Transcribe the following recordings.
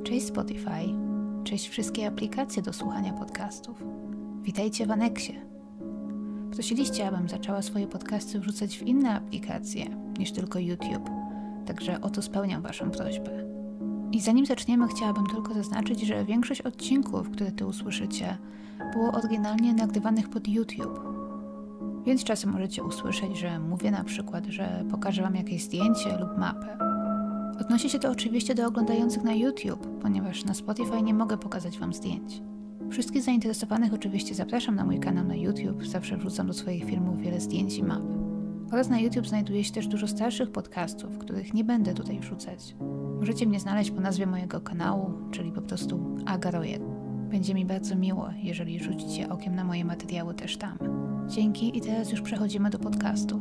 Cześć Spotify, cześć wszystkie aplikacje do słuchania podcastów. Witajcie w Aneksie. Prosiliście, abym zaczęła swoje podcasty wrzucać w inne aplikacje niż tylko YouTube, także oto spełniam waszą prośbę. I zanim zaczniemy, chciałabym tylko zaznaczyć, że większość odcinków, które tu usłyszycie, było oryginalnie nagrywanych pod YouTube. Więc czasem możecie usłyszeć, że mówię na przykład, że pokażę wam jakieś zdjęcie lub mapę. Odnosi się to oczywiście do oglądających na YouTube, ponieważ na Spotify nie mogę pokazać wam zdjęć. Wszystkich zainteresowanych oczywiście zapraszam na mój kanał na YouTube, zawsze wrzucam do swoich filmów wiele zdjęć i map. Oraz na YouTube znajduje się też dużo starszych podcastów, których nie będę tutaj wrzucać. Możecie mnie znaleźć po nazwie mojego kanału, czyli po prostu Agarojet. Będzie mi bardzo miło, jeżeli rzucicie okiem na moje materiały też tam. Dzięki i teraz już przechodzimy do podcastu.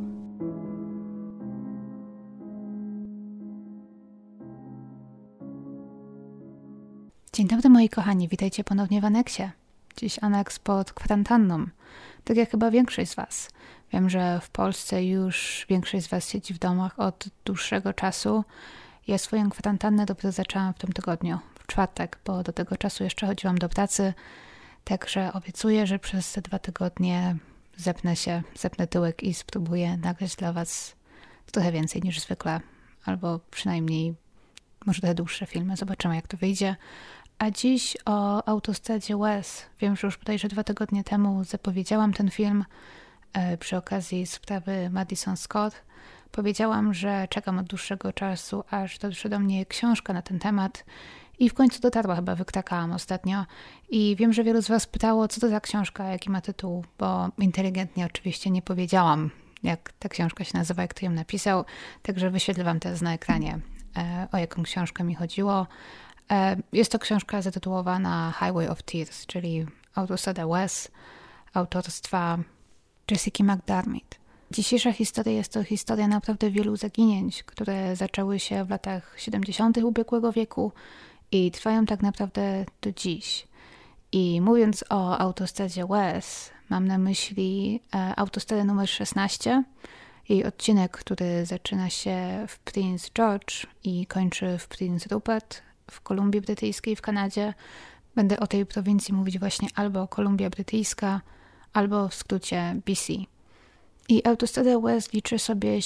Dzień dobry moi kochani, witajcie ponownie w Aneksie. Dziś Aneks pod kwarantanną, tak jak chyba większość z was. Wiem, że w Polsce już większość z was siedzi w domach od dłuższego czasu. Ja swoją kwarantannę dopiero zaczęłam w tym tygodniu, w czwartek, bo do tego czasu jeszcze chodziłam do pracy. Także obiecuję, że przez te 2 tygodnie zepnę tyłek i spróbuję nagrać dla was trochę więcej niż zwykle. Albo przynajmniej może trochę dłuższe filmy. Zobaczymy, jak to wyjdzie. A dziś o autostradzie łez. Wiem, że już bodajże 2 tygodnie temu zapowiedziałam ten film przy okazji sprawy Madison Scott. Powiedziałam, że czekam od dłuższego czasu, aż dotrze do mnie książka na ten temat i w końcu dotarła, chyba wykrakałam ostatnio. I wiem, że wielu z was pytało, co to za książka, jaki ma tytuł, bo inteligentnie oczywiście nie powiedziałam, jak ta książka się nazywa, jak kto ją napisał, także wyświetlę wam teraz na ekranie, o jaką książkę mi chodziło. Jest to książka zatytułowana Highway of Tears, czyli Autostrada łez, autorstwa Jessica McDermott. Dzisiejsza historia jest to historia naprawdę wielu zaginięć, które zaczęły się w latach 70. ubiegłego wieku i trwają tak naprawdę do dziś. I mówiąc o autostradzie łez, mam na myśli autostradę numer 16, jej odcinek, który zaczyna się w Prince George i kończy w Prince Rupert w Kolumbii Brytyjskiej w Kanadzie. Będę o tej prowincji mówić właśnie albo Kolumbia Brytyjska, albo w skrócie BC. I autostrada łez liczy sobie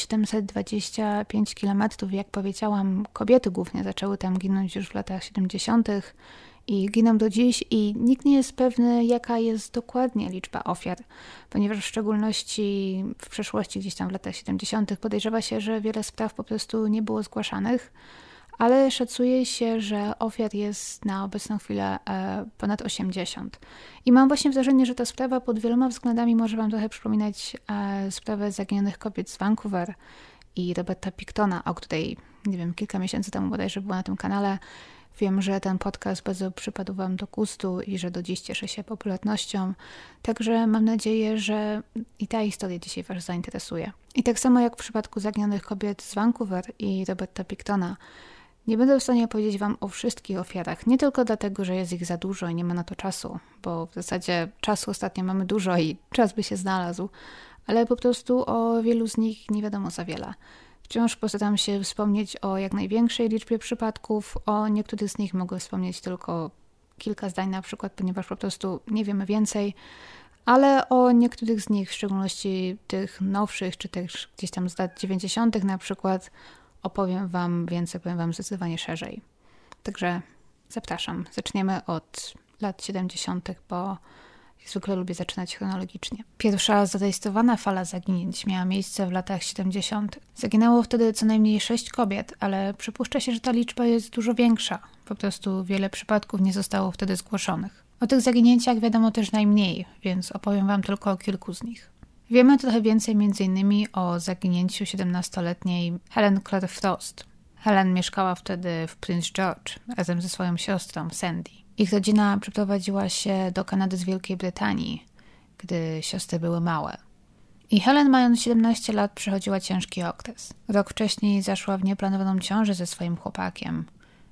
725 km. Jak powiedziałam, kobiety głównie zaczęły tam ginąć już w latach 70. i giną do dziś i nikt nie jest pewny, jaka jest dokładnie liczba ofiar, ponieważ w szczególności w przeszłości, gdzieś tam w latach 70. podejrzewa się, że wiele spraw po prostu nie było zgłaszanych, ale szacuje się, że ofiar jest na obecną chwilę ponad 80. I mam właśnie wrażenie, że ta sprawa pod wieloma względami może wam trochę przypominać sprawę zaginionych kobiet z Vancouver i Roberta Pictona, o której, nie wiem, kilka miesięcy temu bodajże była na tym kanale. Wiem, że ten podcast bardzo przypadł wam do gustu i że do dziś cieszy się popularnością. Także mam nadzieję, że i ta historia dzisiaj was zainteresuje. I tak samo jak w przypadku zaginionych kobiet z Vancouver i Roberta Pictona, nie będę w stanie opowiedzieć wam o wszystkich ofiarach, nie tylko dlatego, że jest ich za dużo i nie ma na to czasu, bo w zasadzie czasu ostatnio mamy dużo i czas by się znalazł, ale po prostu o wielu z nich nie wiadomo za wiele. Wciąż postaram się wspomnieć o jak największej liczbie przypadków, o niektórych z nich mogę wspomnieć tylko kilka zdań na przykład, ponieważ po prostu nie wiemy więcej, ale o niektórych z nich, w szczególności tych nowszych, czy też gdzieś tam z lat 90. na przykład, opowiem wam więcej, powiem wam zdecydowanie szerzej. Także zapraszam. Zaczniemy od lat 70., bo zwykle lubię zaczynać chronologicznie. Pierwsza zarejestrowana fala zaginięć miała miejsce w latach 70. Zaginęło wtedy co najmniej 6 kobiet, ale przypuszcza się, że ta liczba jest dużo większa. Po prostu wiele przypadków nie zostało wtedy zgłoszonych. O tych zaginięciach wiadomo też najmniej, więc opowiem wam tylko o kilku z nich. Wiemy trochę więcej m.in. o zaginięciu 17-letniej Helen Claire Frost. Helen mieszkała wtedy w Prince George razem ze swoją siostrą Sandy. Ich rodzina przeprowadziła się do Kanady z Wielkiej Brytanii, gdy siostry były małe. I Helen, mając 17 lat, przechodziła ciężki okres. Rok wcześniej zaszła w nieplanowaną ciążę ze swoim chłopakiem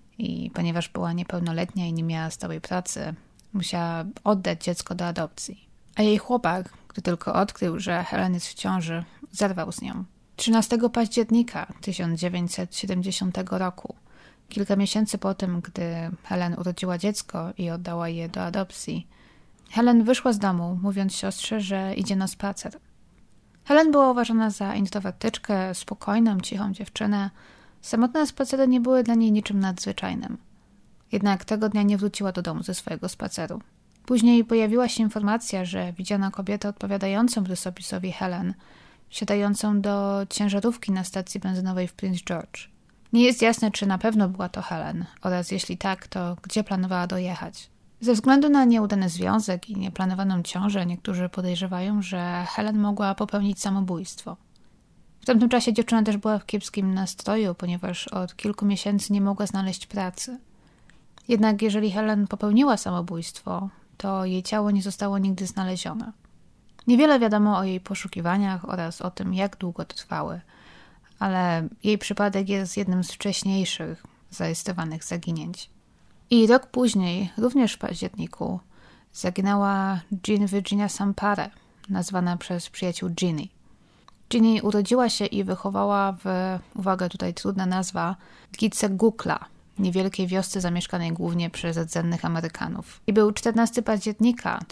i ponieważ była niepełnoletnia i nie miała stałej pracy, musiała oddać dziecko do adopcji. A jej chłopak, gdy tylko odkrył, że Helen jest w ciąży, zerwał z nią. 13 października 1970 roku Kilka miesięcy po tym, gdy Helen urodziła dziecko i oddała je do adopcji, Helen wyszła z domu, mówiąc siostrze, że idzie na spacer. Helen była uważana za introwertyczkę, spokojną, cichą dziewczynę. Samotne spacery nie były dla niej niczym nadzwyczajnym. Jednak tego dnia nie wróciła do domu ze swojego spaceru. Później pojawiła się informacja, że widziano kobietę odpowiadającą rysopisowi Helen, wsiadającą do ciężarówki na stacji benzynowej w Prince George. Nie jest jasne, czy na pewno była to Helen oraz jeśli tak, to gdzie planowała dojechać. Ze względu na nieudany związek i nieplanowaną ciążę niektórzy podejrzewają, że Helen mogła popełnić samobójstwo. W tamtym czasie dziewczyna też była w kiepskim nastroju, ponieważ od kilku miesięcy nie mogła znaleźć pracy. Jednak jeżeli Helen popełniła samobójstwo, to jej ciało nie zostało nigdy znalezione. Niewiele wiadomo o jej poszukiwaniach oraz o tym, jak długo trwały, ale jej przypadek jest jednym z wcześniejszych zarejestrowanych zaginięć. I rok później, również w październiku, zaginęła Jean Virginia Sampare, nazwana przez przyjaciół Ginny. Ginny urodziła się i wychowała w, uwaga, tutaj trudna nazwa, Gicegukla, niewielkiej wiosce zamieszkanej głównie przez rdzennych Amerykanów. I był 14 października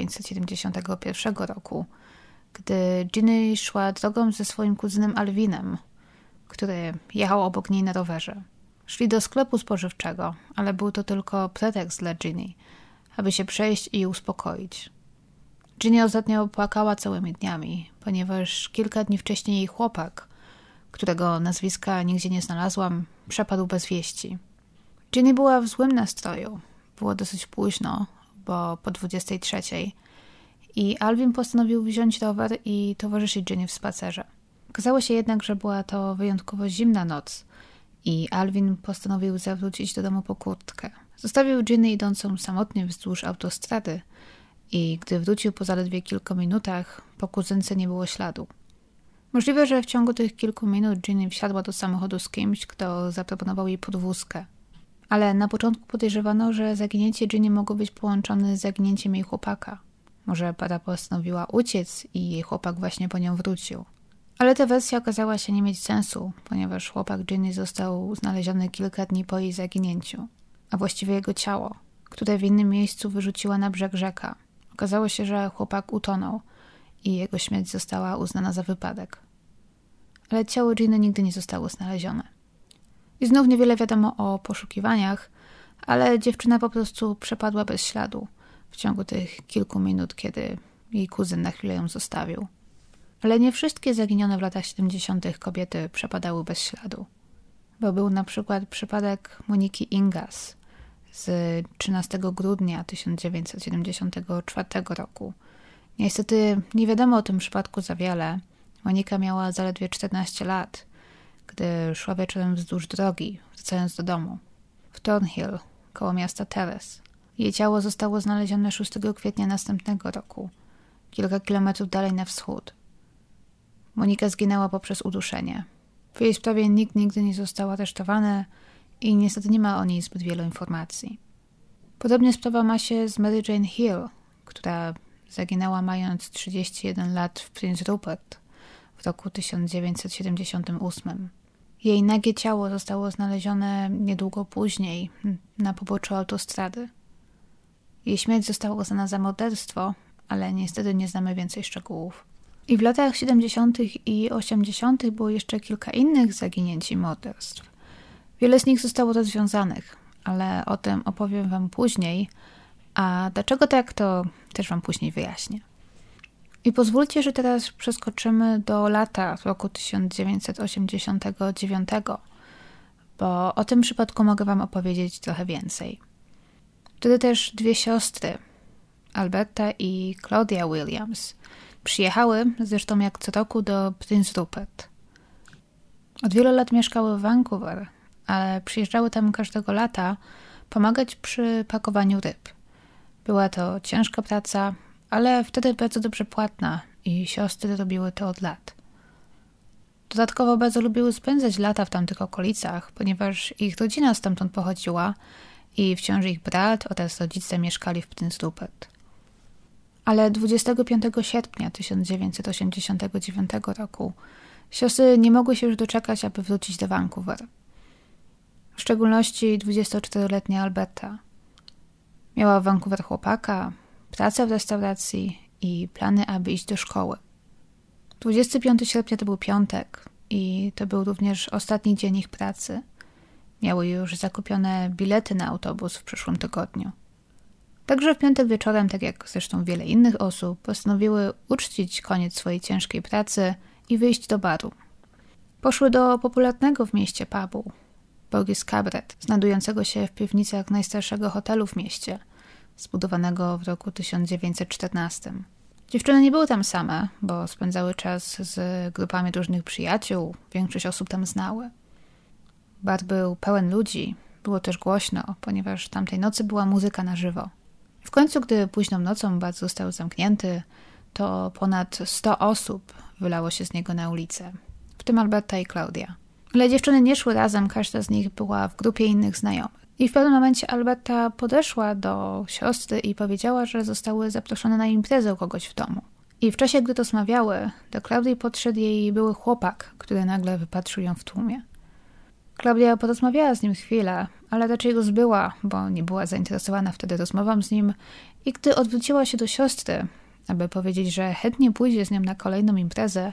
1971 roku, gdy Ginny szła drogą ze swoim kuzynem Alvinem, który jechał obok niej na rowerze. Szli do sklepu spożywczego, ale był to tylko pretekst dla Ginny, aby się przejść i uspokoić. Ginny ostatnio płakała całymi dniami, ponieważ kilka dni wcześniej jej chłopak, którego nazwiska nigdzie nie znalazłam, przepadł bez wieści. Ginny była w złym nastroju. Było dosyć późno, bo po 23:00 i Alvin postanowił wziąć rower i towarzyszyć Ginny w spacerze. Okazało się jednak, że była to wyjątkowo zimna noc i Alvin postanowił zawrócić do domu po kurtkę. Zostawił Ginny idącą samotnie wzdłuż autostrady i gdy wrócił po zaledwie kilku minutach, po kuzynce nie było śladu. Możliwe, że w ciągu tych kilku minut Ginny wsiadła do samochodu z kimś, kto zaproponował jej podwózkę. Ale na początku podejrzewano, że zaginięcie Ginny mogło być połączone z zaginięciem jej chłopaka. Może para postanowiła uciec i jej chłopak właśnie po nią wrócił. Ale ta wersja okazała się nie mieć sensu, ponieważ chłopak Ginny został znaleziony kilka dni po jej zaginięciu, a właściwie jego ciało, które w innym miejscu wyrzuciła na brzeg rzeka. Okazało się, że chłopak utonął i jego śmierć została uznana za wypadek. Ale ciało Ginny nigdy nie zostało znalezione. I znów niewiele wiadomo o poszukiwaniach, ale dziewczyna po prostu przepadła bez śladu w ciągu tych kilku minut, kiedy jej kuzyn na chwilę ją zostawił. Ale nie wszystkie zaginione w latach 70. kobiety przepadały bez śladu, bo był na przykład przypadek Moniki Ingas z 13 grudnia 1974 roku. Niestety nie wiadomo o tym przypadku za wiele. Monika miała zaledwie 14 lat, gdy szła wieczorem wzdłuż drogi, wracając do domu, w Thornhill, koło miasta Terrace. Jej ciało zostało znalezione 6 kwietnia następnego roku, kilka kilometrów dalej na wschód. Monika zginęła poprzez uduszenie. W jej sprawie nikt nigdy nie został aresztowany i niestety nie ma o niej zbyt wielu informacji. Podobnie sprawa ma się z Mary Jane Hill, która zaginęła mając 31 lat w Prince Rupert w roku 1978. Jej nagie ciało zostało znalezione niedługo później na poboczu autostrady. Jej śmierć została uznana za morderstwo, ale niestety nie znamy więcej szczegółów. I w latach 70. i 80. było jeszcze kilka innych zaginięć i morderstw. Wiele z nich zostało rozwiązanych, ale o tym opowiem wam później, a dlaczego tak, to też wam później wyjaśnię. I pozwólcie, że teraz przeskoczymy do lata roku 1989, bo o tym przypadku mogę wam opowiedzieć trochę więcej. Wtedy też dwie siostry, Alberta i Claudia Williams, przyjechały, zresztą jak co roku, do Prince Rupert. Od wielu lat mieszkały w Vancouver, ale przyjeżdżały tam każdego lata pomagać przy pakowaniu ryb. Była to ciężka praca, ale wtedy bardzo dobrze płatna i siostry robiły to od lat. Dodatkowo bardzo lubiły spędzać lata w tamtych okolicach, ponieważ ich rodzina stamtąd pochodziła i wciąż ich brat oraz rodzice mieszkali w Prince Rupert. Ale 25 sierpnia 1989 roku siostry nie mogły się już doczekać, aby wrócić do Vancouver. W szczególności 24-letnia Alberta. Miała w Vancouver chłopaka, pracę w restauracji i plany, aby iść do szkoły. 25 sierpnia to był piątek i to był również ostatni dzień ich pracy. Miały już zakupione bilety na autobus w przyszłym tygodniu. Także w piątek wieczorem, tak jak zresztą wiele innych osób, postanowiły uczcić koniec swojej ciężkiej pracy i wyjść do baru. Poszły do popularnego w mieście pubu, Borgis Cabaret, znajdującego się w piwnicach najstarszego hotelu w mieście, zbudowanego w roku 1914. Dziewczyny nie były tam same, bo spędzały czas z grupami różnych przyjaciół, większość osób tam znały. Bar był pełen ludzi, było też głośno, ponieważ tamtej nocy była muzyka na żywo. W końcu, gdy późną nocą bar został zamknięty, to ponad 100 osób wylało się z niego na ulicę, w tym Alberta i Claudia. Ale dziewczyny nie szły razem, każda z nich była w grupie innych znajomych. I w pewnym momencie Alberta podeszła do siostry i powiedziała, że zostały zaproszone na imprezę u kogoś w domu. I w czasie, gdy rozmawiały, do Klaudii podszedł jej były chłopak, który nagle wypatrzył ją w tłumie. Klaudia porozmawiała z nim chwilę, ale raczej go zbyła, bo nie była zainteresowana wtedy rozmową z nim i gdy odwróciła się do siostry, aby powiedzieć, że chętnie pójdzie z nią na kolejną imprezę,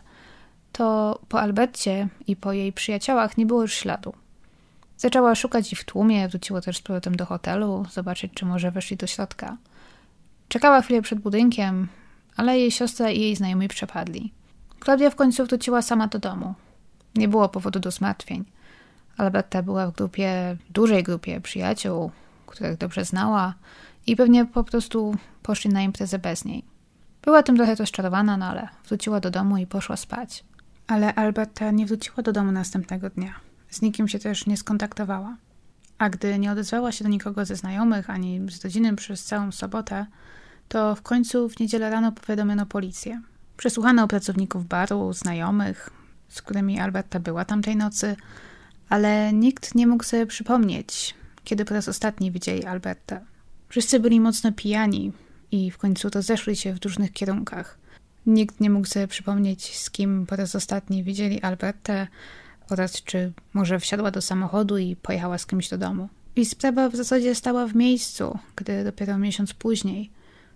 to po Albercie i po jej przyjaciołach nie było już śladu. Zaczęła szukać ich w tłumie, wróciła też z powrotem do hotelu, zobaczyć, czy może weszli do środka. Czekała chwilę przed budynkiem, ale jej siostra i jej znajomi przepadli. Klaudia w końcu wróciła sama do domu. Nie było powodu do zmartwień. Alberta była w dużej grupie przyjaciół, których dobrze znała i pewnie po prostu poszli na imprezę bez niej. Była tym trochę rozczarowana, no ale wróciła do domu i poszła spać. Ale Alberta nie wróciła do domu następnego dnia. Z nikim się też nie skontaktowała. A gdy nie odezwała się do nikogo ze znajomych ani z rodziny przez całą sobotę, to w końcu w niedzielę rano powiadomiono policję. Przesłuchano pracowników baru, znajomych, z którymi Alberta była tamtej nocy, ale nikt nie mógł sobie przypomnieć, kiedy po raz ostatni widzieli Albertę. Wszyscy byli mocno pijani i w końcu rozeszli się w różnych kierunkach. Nikt nie mógł sobie przypomnieć, z kim po raz ostatni widzieli Albertę oraz czy może wsiadła do samochodu i pojechała z kimś do domu. I sprawa w zasadzie stała w miejscu, gdy dopiero miesiąc później,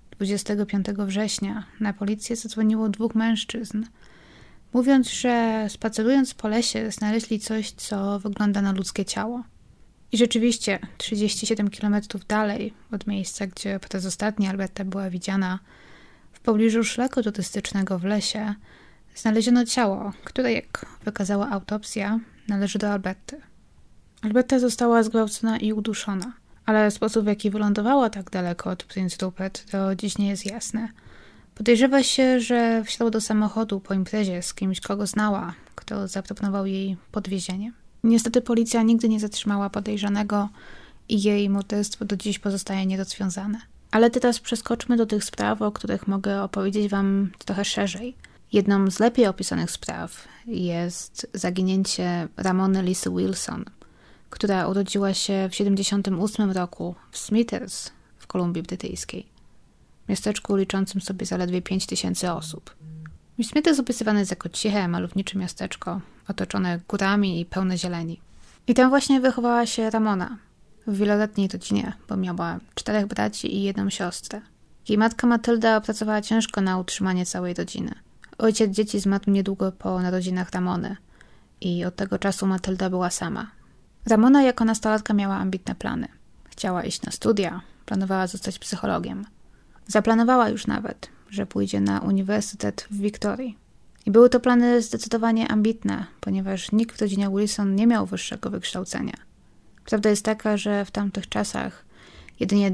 25 września, na policję zadzwoniło 2 mężczyzn, mówiąc, że spacerując po lesie znaleźli coś, co wygląda na ludzkie ciało. I rzeczywiście 37 km dalej od miejsca, gdzie po raz ostatni Alberta była widziana, w pobliżu szlaku turystycznego w lesie, znaleziono ciało, które, jak wykazała autopsja, należy do Alberty. Alberta została zgwałcona i uduszona, ale sposób, w jaki wylądowała tak daleko od Prince Rupert, to dziś nie jest jasne. Podejrzewa się, że wsiadła do samochodu po imprezie z kimś, kogo znała, kto zaproponował jej podwiezienie. Niestety policja nigdy nie zatrzymała podejrzanego i jej morderstwo do dziś pozostaje nierozwiązane. Ale teraz przeskoczmy do tych spraw, o których mogę opowiedzieć wam trochę szerzej. Jedną z lepiej opisanych spraw jest zaginięcie Ramony Lisy Wilson, która urodziła się w 1978 roku w Smithers w Kolumbii Brytyjskiej, miasteczku liczącym sobie zaledwie 5000 osób. Smithers opisywany jest jako ciche, malownicze miasteczko, otoczone górami i pełne zieleni. I tam właśnie wychowała się Ramona, w wieloletniej rodzinie, bo miała 4 braci i 1 siostrę. Jej matka Matylda pracowała ciężko na utrzymanie całej rodziny. Ojciec dzieci zmarł niedługo po narodzinach Ramony i od tego czasu Matylda była sama. Ramona jako nastolatka miała ambitne plany. Chciała iść na studia, planowała zostać psychologiem. Zaplanowała już nawet, że pójdzie na uniwersytet w Wiktorii. I były to plany zdecydowanie ambitne, ponieważ nikt w rodzinie Wilson nie miał wyższego wykształcenia. Prawda jest taka, że w tamtych czasach jedynie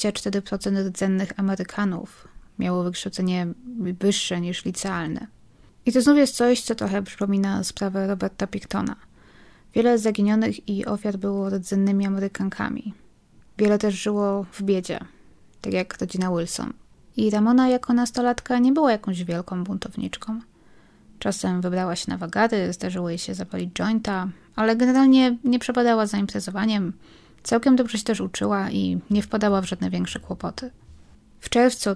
24% rdzennych Amerykanów miało wykształcenie wyższe niż licealne. I to znów jest coś, co trochę przypomina sprawę Roberta Pictona. Wiele zaginionych i ofiar było rdzennymi Amerykankami. Wiele też żyło w biedzie, tak jak rodzina Wilson. I Ramona jako nastolatka nie była jakąś wielką buntowniczką. Czasem wybrała się na wagary, zdarzyło jej się zapalić jointa, ale generalnie nie przepadała za imprezowaniem, całkiem dobrze się też uczyła i nie wpadała w żadne większe kłopoty. W czerwcu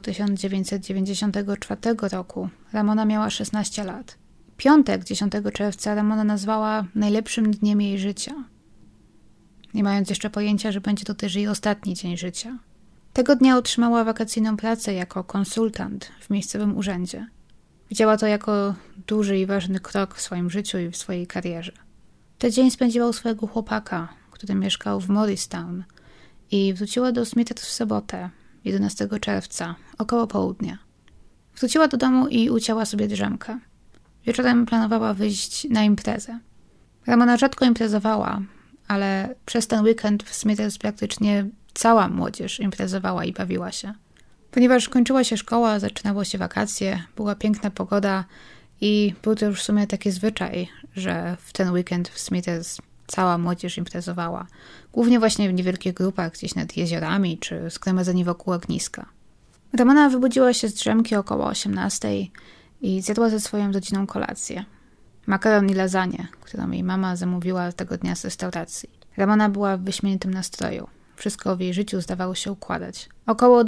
1994 roku Ramona miała 16 lat. Piątek 10 czerwca Ramona nazwała najlepszym dniem jej życia. nie mając jeszcze pojęcia, że będzie to też jej ostatni dzień życia. Tego dnia otrzymała wakacyjną pracę jako konsultant w miejscowym urzędzie. Widziała to jako duży i ważny krok w swoim życiu i w swojej karierze. Ten dzień spędziła u swojego chłopaka, który mieszkał w Morristown, i wróciła do Smithers w sobotę, 11 czerwca, około południa. Wróciła do domu i ucięła sobie drzemkę. Wieczorem planowała wyjść na imprezę. Ramona rzadko imprezowała, ale przez ten weekend w Smithers praktycznie cała młodzież imprezowała i bawiła się. Ponieważ kończyła się szkoła, zaczynało się wakacje, była piękna pogoda i był to już w sumie taki zwyczaj, że w ten weekend w Smithers cała młodzież imprezowała. Głównie właśnie w niewielkich grupach gdzieś nad jeziorami czy zgromadzeni wokół ogniska. Ramona wybudziła się z drzemki około 18:00 i zjadła ze swoją rodziną kolację. Makaron i lasagne, którą jej mama zamówiła tego dnia z restauracji. Ramona była w wyśmienitym nastroju. Wszystko w jej życiu zdawało się układać. Około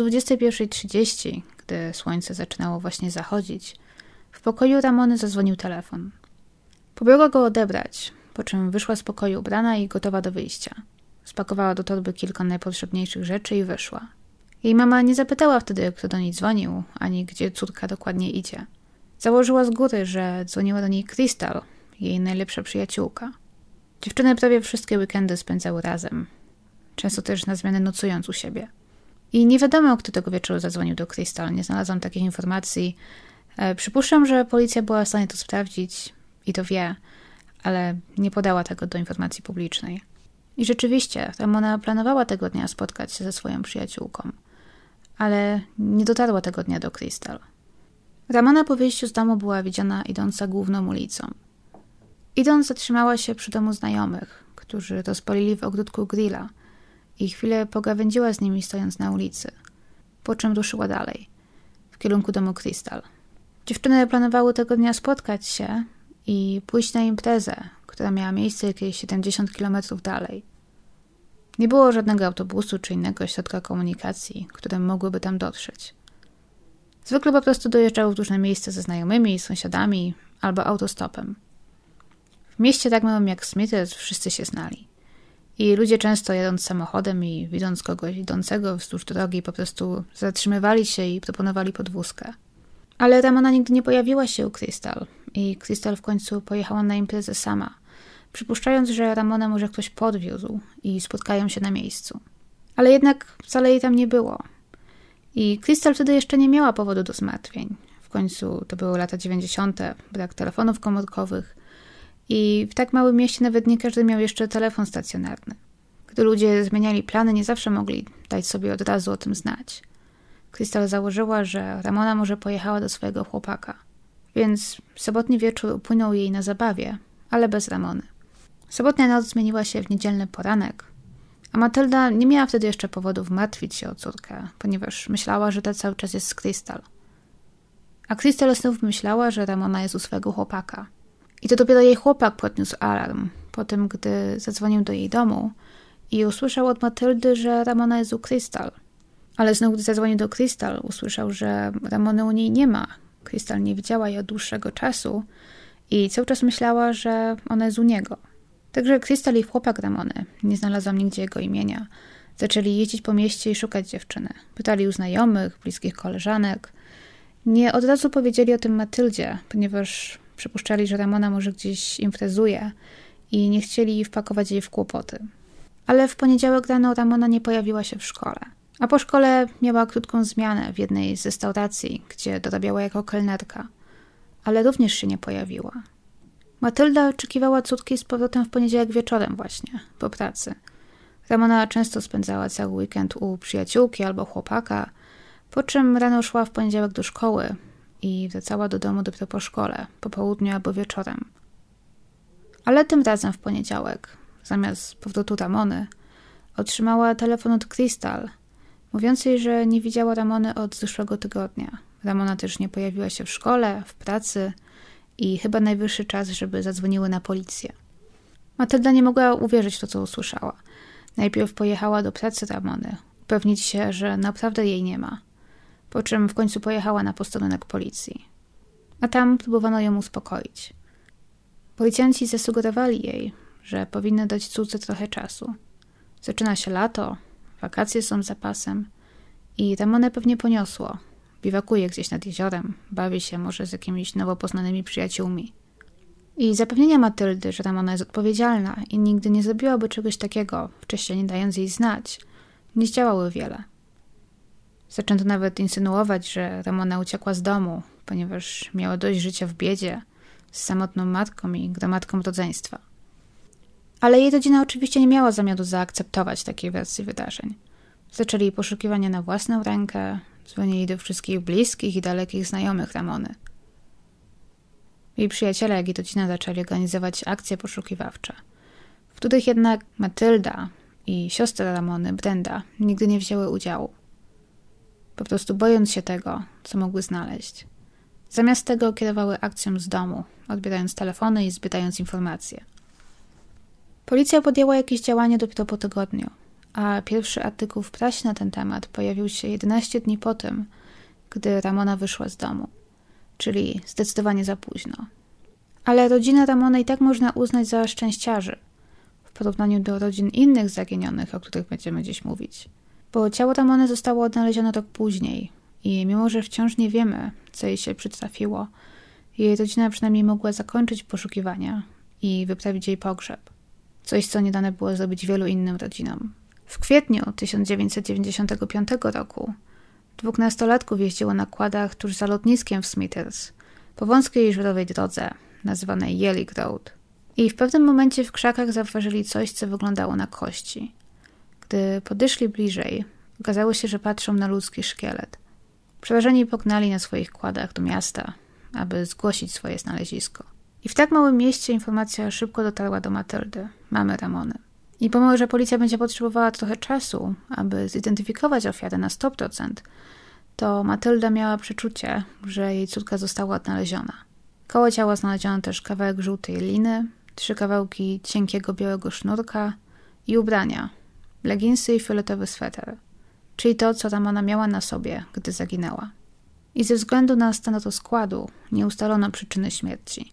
21:30, gdy słońce zaczynało właśnie zachodzić, w pokoju Ramony zadzwonił telefon. Pobiegła go odebrać, po czym wyszła z pokoju ubrana i gotowa do wyjścia. Spakowała do torby kilka najpotrzebniejszych rzeczy i wyszła. Jej mama nie zapytała wtedy, kto do niej dzwonił, ani gdzie córka dokładnie idzie. Założyła z góry, że dzwoniła do niej Crystal, jej najlepsza przyjaciółka. Dziewczyny prawie wszystkie weekendy spędzały razem, często też na zmianę nocując u siebie. I nie wiadomo, kto tego wieczoru zadzwonił do Crystal, nie znalazłam takich informacji. Przypuszczam, że policja była w stanie to sprawdzić i to wie, ale nie podała tego do informacji publicznej. I rzeczywiście, Ramona planowała tego dnia spotkać się ze swoją przyjaciółką, ale nie dotarła tego dnia do Crystal. Ramona po wyjściu z domu była widziana idąca główną ulicą. Idąc zatrzymała się przy domu znajomych, którzy rozpalili w ogródku grilla i chwilę pogawędziła z nimi stojąc na ulicy, po czym ruszyła dalej, w kierunku domu Crystal. Dziewczyny planowały tego dnia spotkać się i pójść na imprezę, która miała miejsce jakieś 70 km dalej. Nie było żadnego autobusu czy innego środka komunikacji, które mogłyby tam dotrzeć. Zwykle po prostu dojeżdżały w różne miejsca ze znajomymi, sąsiadami albo autostopem. W mieście tak małym jak Smithers wszyscy się znali. I ludzie często jadąc samochodem i widząc kogoś idącego wzdłuż drogi po prostu zatrzymywali się i proponowali podwózkę. Ale Ramona nigdy nie pojawiła się u Crystal i Crystal w końcu pojechała na imprezę sama, przypuszczając, że Ramona może ktoś podwiózł i spotkają się na miejscu. Ale jednak wcale jej tam nie było. I Crystal wtedy jeszcze nie miała powodu do zmartwień. W końcu to były lata 90., brak telefonów komórkowych i w tak małym mieście nawet nie każdy miał jeszcze telefon stacjonarny. Gdy ludzie zmieniali plany, nie zawsze mogli dać sobie od razu o tym znać. Crystal założyła, że Ramona może pojechała do swojego chłopaka, więc sobotni wieczór upłynął jej na zabawie, ale bez Ramony. Sobotnia noc zmieniła się w niedzielny poranek, a Matylda nie miała wtedy jeszcze powodów martwić się o córkę, ponieważ myślała, że ta cały czas jest z Crystal. A Crystal znów myślała, że Ramona jest u swojego chłopaka. I to dopiero jej chłopak podniósł alarm, po tym gdy zadzwonił do jej domu i usłyszał od Matyldy, że Ramona jest u Crystal. Ale znów gdy zadzwonił do Crystal, usłyszał, że Ramony u niej nie ma. Crystal nie widziała jej od dłuższego czasu i cały czas myślała, że ona jest u niego. Także Crystal i chłopak Ramony, nie znalazłam nigdzie jego imienia, zaczęli jeździć po mieście i szukać dziewczyny. Pytali u znajomych, bliskich koleżanek. Nie od razu powiedzieli o tym Matyldzie, ponieważ przypuszczali, że Ramona może gdzieś imprezuje i nie chcieli wpakować jej w kłopoty. Ale w poniedziałek rano Ramona nie pojawiła się w szkole. A po szkole miała krótką zmianę w jednej z restauracji, gdzie dorabiała jako kelnerka, ale również się nie pojawiła. Matylda oczekiwała córki z powrotem w poniedziałek wieczorem właśnie, po pracy. Ramona często spędzała cały weekend u przyjaciółki albo chłopaka, po czym rano szła w poniedziałek do szkoły i wracała do domu dopiero po szkole, po południu albo wieczorem. Ale tym razem w poniedziałek, zamiast powrotu Ramony, otrzymała telefon od Crystal, mówiącej, że nie widziała Ramony od zeszłego tygodnia. Ramona też nie pojawiła się w szkole, w pracy i chyba najwyższy czas, żeby zadzwoniły na policję. Matylda nie mogła uwierzyć w to, co usłyszała. Najpierw pojechała do pracy Ramony, upewnić się, że naprawdę jej nie ma, po czym w końcu pojechała na posterunek policji. A tam próbowano ją uspokoić. Policjanci zasugerowali jej, że powinna dać córce trochę czasu. Zaczyna się lato, wakacje są zapasem i Ramonę pewnie poniosło. Biwakuje gdzieś nad jeziorem, bawi się może z jakimiś nowo poznanymi przyjaciółmi. I zapewnienia Matyldy, że Ramona jest odpowiedzialna i nigdy nie zrobiłaby czegoś takiego, wcześniej nie dając jej znać, nie zdziałały wiele. Zaczęto nawet insynuować, że Ramona uciekła z domu, ponieważ miała dość życia w biedzie, z samotną matką i gromadką rodzeństwa. Ale jej rodzina oczywiście nie miała zamiaru zaakceptować takiej wersji wydarzeń. Zaczęli poszukiwania na własną rękę, dzwonili do wszystkich bliskich i dalekich znajomych Ramony. Jej przyjaciele, jak i rodzina zaczęli organizować akcje poszukiwawcze, w których jednak Matylda i siostra Ramony, Brenda, nigdy nie wzięły udziału. Po prostu bojąc się tego, co mogły znaleźć. Zamiast tego kierowały akcją z domu, odbierając telefony i zbierając informacje. Policja podjęła jakieś działania dopiero po tygodniu, a pierwszy artykuł w prasie na ten temat pojawił się 11 dni po tym, gdy Ramona wyszła z domu, czyli zdecydowanie za późno. Ale rodzinę Ramony i tak można uznać za szczęściarzy, w porównaniu do rodzin innych zaginionych, o których będziemy dziś mówić. Bo ciało Ramony zostało odnalezione rok później i mimo, że wciąż nie wiemy, co jej się przytrafiło, jej rodzina przynajmniej mogła zakończyć poszukiwania i wyprawić jej pogrzeb. Coś, co nie dane było zrobić wielu innym rodzinom. W kwietniu 1995 roku 2 nastolatków jeździło na quadach tuż za lotniskiem w Smithers, po wąskiej żurowej drodze, nazywanej Jellic Road. I w pewnym momencie w krzakach zauważyli coś, co wyglądało na kości. Gdy podeszli bliżej, okazało się, że patrzą na ludzki szkielet. Przerażeni pognali na swoich quadach do miasta, aby zgłosić swoje znalezisko. I w tak małym mieście informacja szybko dotarła do Matyldy, mamy Ramony. I pomimo, że policja będzie potrzebowała trochę czasu, aby zidentyfikować ofiarę na 100%, to Matylda miała przeczucie, że jej córka została odnaleziona. Koło ciała znaleziono też kawałek żółtej liny, 3 kawałki cienkiego białego sznurka i ubrania, leginsy i fioletowy sweter, czyli to, co Ramona miała na sobie, gdy zaginęła. I ze względu na stan rozkładu nie ustalono przyczyny śmierci.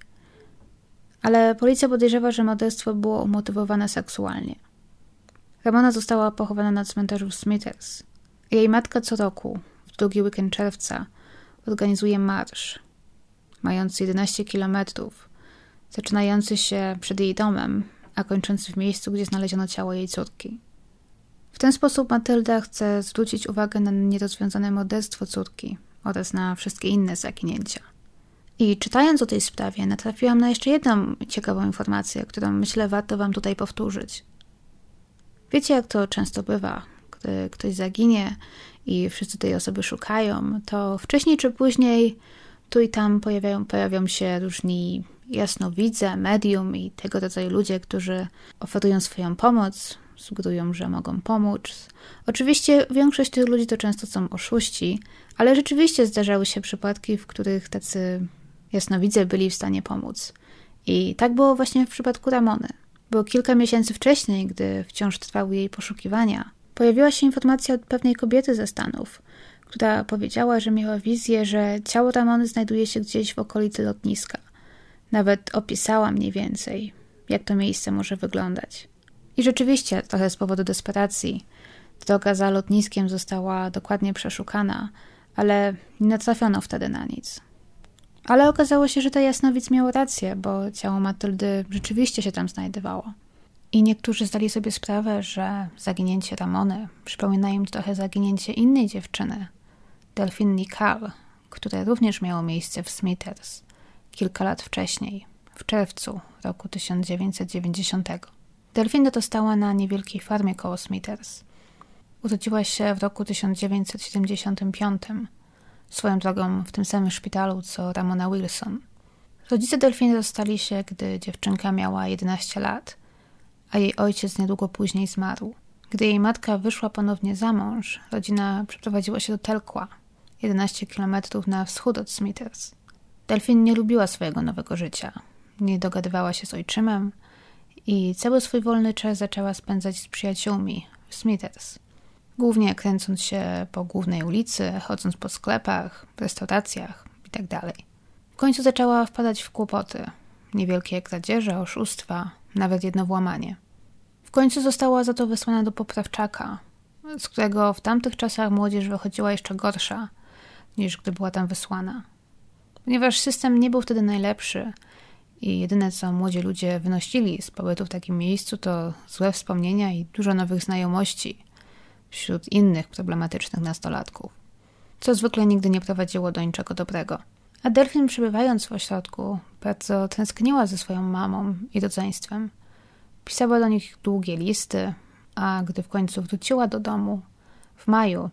Ale policja podejrzewa, że morderstwo było umotywowane seksualnie. Ramona została pochowana na cmentarzu w Smithers. Jej matka co roku, w drugi weekend czerwca, organizuje marsz, mający 11 kilometrów, zaczynający się przed jej domem, a kończący w miejscu, gdzie znaleziono ciało jej córki. W ten sposób Matylda chce zwrócić uwagę na nierozwiązane morderstwo córki oraz na wszystkie inne zaginięcia. I czytając o tej sprawie, natrafiłam na jeszcze jedną ciekawą informację, którą myślę warto wam tutaj powtórzyć. Wiecie, jak to często bywa, gdy ktoś zaginie i wszyscy tej osoby szukają, to wcześniej czy później tu i tam pojawią się różni jasnowidze, medium i tego rodzaju ludzie, którzy oferują swoją pomoc, sugerują, że mogą pomóc. Oczywiście większość tych ludzi to często są oszuści, ale rzeczywiście zdarzały się przypadki, w których tacy jasnowidze byli w stanie pomóc. I tak było właśnie w przypadku Ramony. Bo kilka miesięcy wcześniej, gdy wciąż trwały jej poszukiwania, pojawiła się informacja od pewnej kobiety ze Stanów, która powiedziała, że miała wizję, że ciało Ramony znajduje się gdzieś w okolicy lotniska. Nawet opisała mniej więcej, jak to miejsce może wyglądać. I rzeczywiście, trochę z powodu desperacji, droga za lotniskiem została dokładnie przeszukana, ale nie natrafiono wtedy na nic. Ale okazało się, że ta jasnowidz miał rację, bo ciało Matyldy rzeczywiście się tam znajdowało. I niektórzy zdali sobie sprawę, że zaginięcie Ramony przypomina im trochę zaginięcie innej dziewczyny, Delphine Nicole, które również miało miejsce w Smithers kilka lat wcześniej, w czerwcu roku 1990. Delphine dorastała na niewielkiej farmie koło Smithers. Urodziła się w roku 1975, swoją drogą w tym samym szpitalu co Ramona Wilson. Rodzice Delphine rozstali się, gdy dziewczynka miała 11 lat, a jej ojciec niedługo później zmarł. Gdy jej matka wyszła ponownie za mąż, rodzina przeprowadziła się do Telkła, 11 km na wschód od Smithers. Delphine nie lubiła swojego nowego życia, nie dogadywała się z ojczymem i cały swój wolny czas zaczęła spędzać z przyjaciółmi w Smithers. Głównie kręcąc się po głównej ulicy, chodząc po sklepach, restauracjach itd. W końcu zaczęła wpadać w kłopoty. Niewielkie kradzieże, oszustwa, nawet jedno włamanie. W końcu została za to wysłana do poprawczaka, z którego w tamtych czasach młodzież wychodziła jeszcze gorsza, niż gdy była tam wysłana. Ponieważ system nie był wtedy najlepszy i jedyne, co młodzi ludzie wynosili z pobytu w takim miejscu, to złe wspomnienia i dużo nowych znajomości wśród innych problematycznych nastolatków, co zwykle nigdy nie prowadziło do niczego dobrego. A Delphine, przebywając w ośrodku, bardzo tęskniła ze swoją mamą i rodzeństwem. Pisała do nich długie listy, a gdy w końcu wróciła do domu, w maju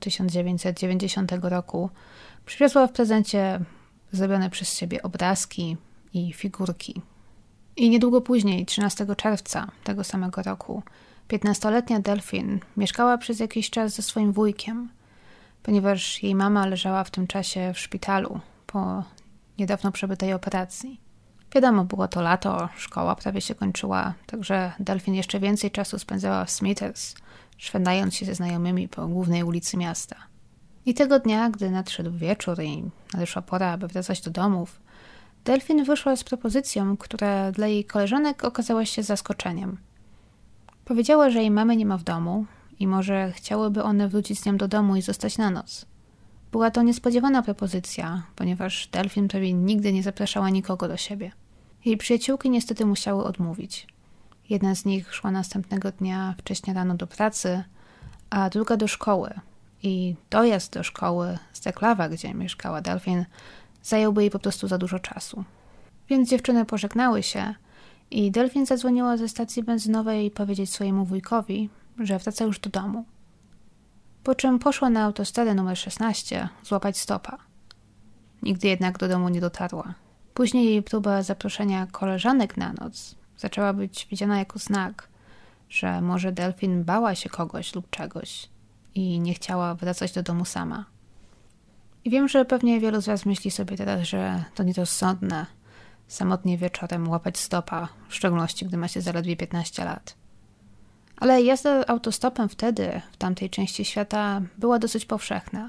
1990 roku, przywiozła w prezencie zrobione przez siebie obrazki i figurki. I niedługo później, 13 czerwca tego samego roku, 15-letnia Delphine mieszkała przez jakiś czas ze swoim wujkiem, ponieważ jej mama leżała w tym czasie w szpitalu po niedawno przebytej operacji. Wiadomo, było to lato, szkoła prawie się kończyła, także Delphine jeszcze więcej czasu spędzała w Smithers, szwendając się ze znajomymi po głównej ulicy miasta. I tego dnia, gdy nadszedł wieczór i nadeszła pora, aby wracać do domów, Delphine wyszła z propozycją, która dla jej koleżanek okazała się zaskoczeniem. Powiedziała, że jej mamy nie ma w domu i może chciałyby one wrócić z nią do domu i zostać na noc. Była to niespodziewana propozycja, ponieważ Delphine prawie nigdy nie zapraszała nikogo do siebie. Jej przyjaciółki niestety musiały odmówić. Jedna z nich szła następnego dnia wcześnie rano do pracy, a druga do szkoły. I dojazd do szkoły z Deklawa, gdzie mieszkała Delphine, zająłby jej po prostu za dużo czasu. Więc dziewczyny pożegnały się i Delphine zadzwoniła ze stacji benzynowej powiedzieć swojemu wujkowi, że wraca już do domu. Po czym poszła na autostradę numer 16 złapać stopa. Nigdy jednak do domu nie dotarła. Później jej próba zaproszenia koleżanek na noc zaczęła być widziana jako znak, że może Delphine bała się kogoś lub czegoś i nie chciała wracać do domu sama. I wiem, że pewnie wielu z was myśli sobie teraz, że to nierozsądne samotnie wieczorem łapać stopa, w szczególności gdy ma się zaledwie 15 lat. Ale jazda autostopem wtedy, w tamtej części świata, była dosyć powszechna.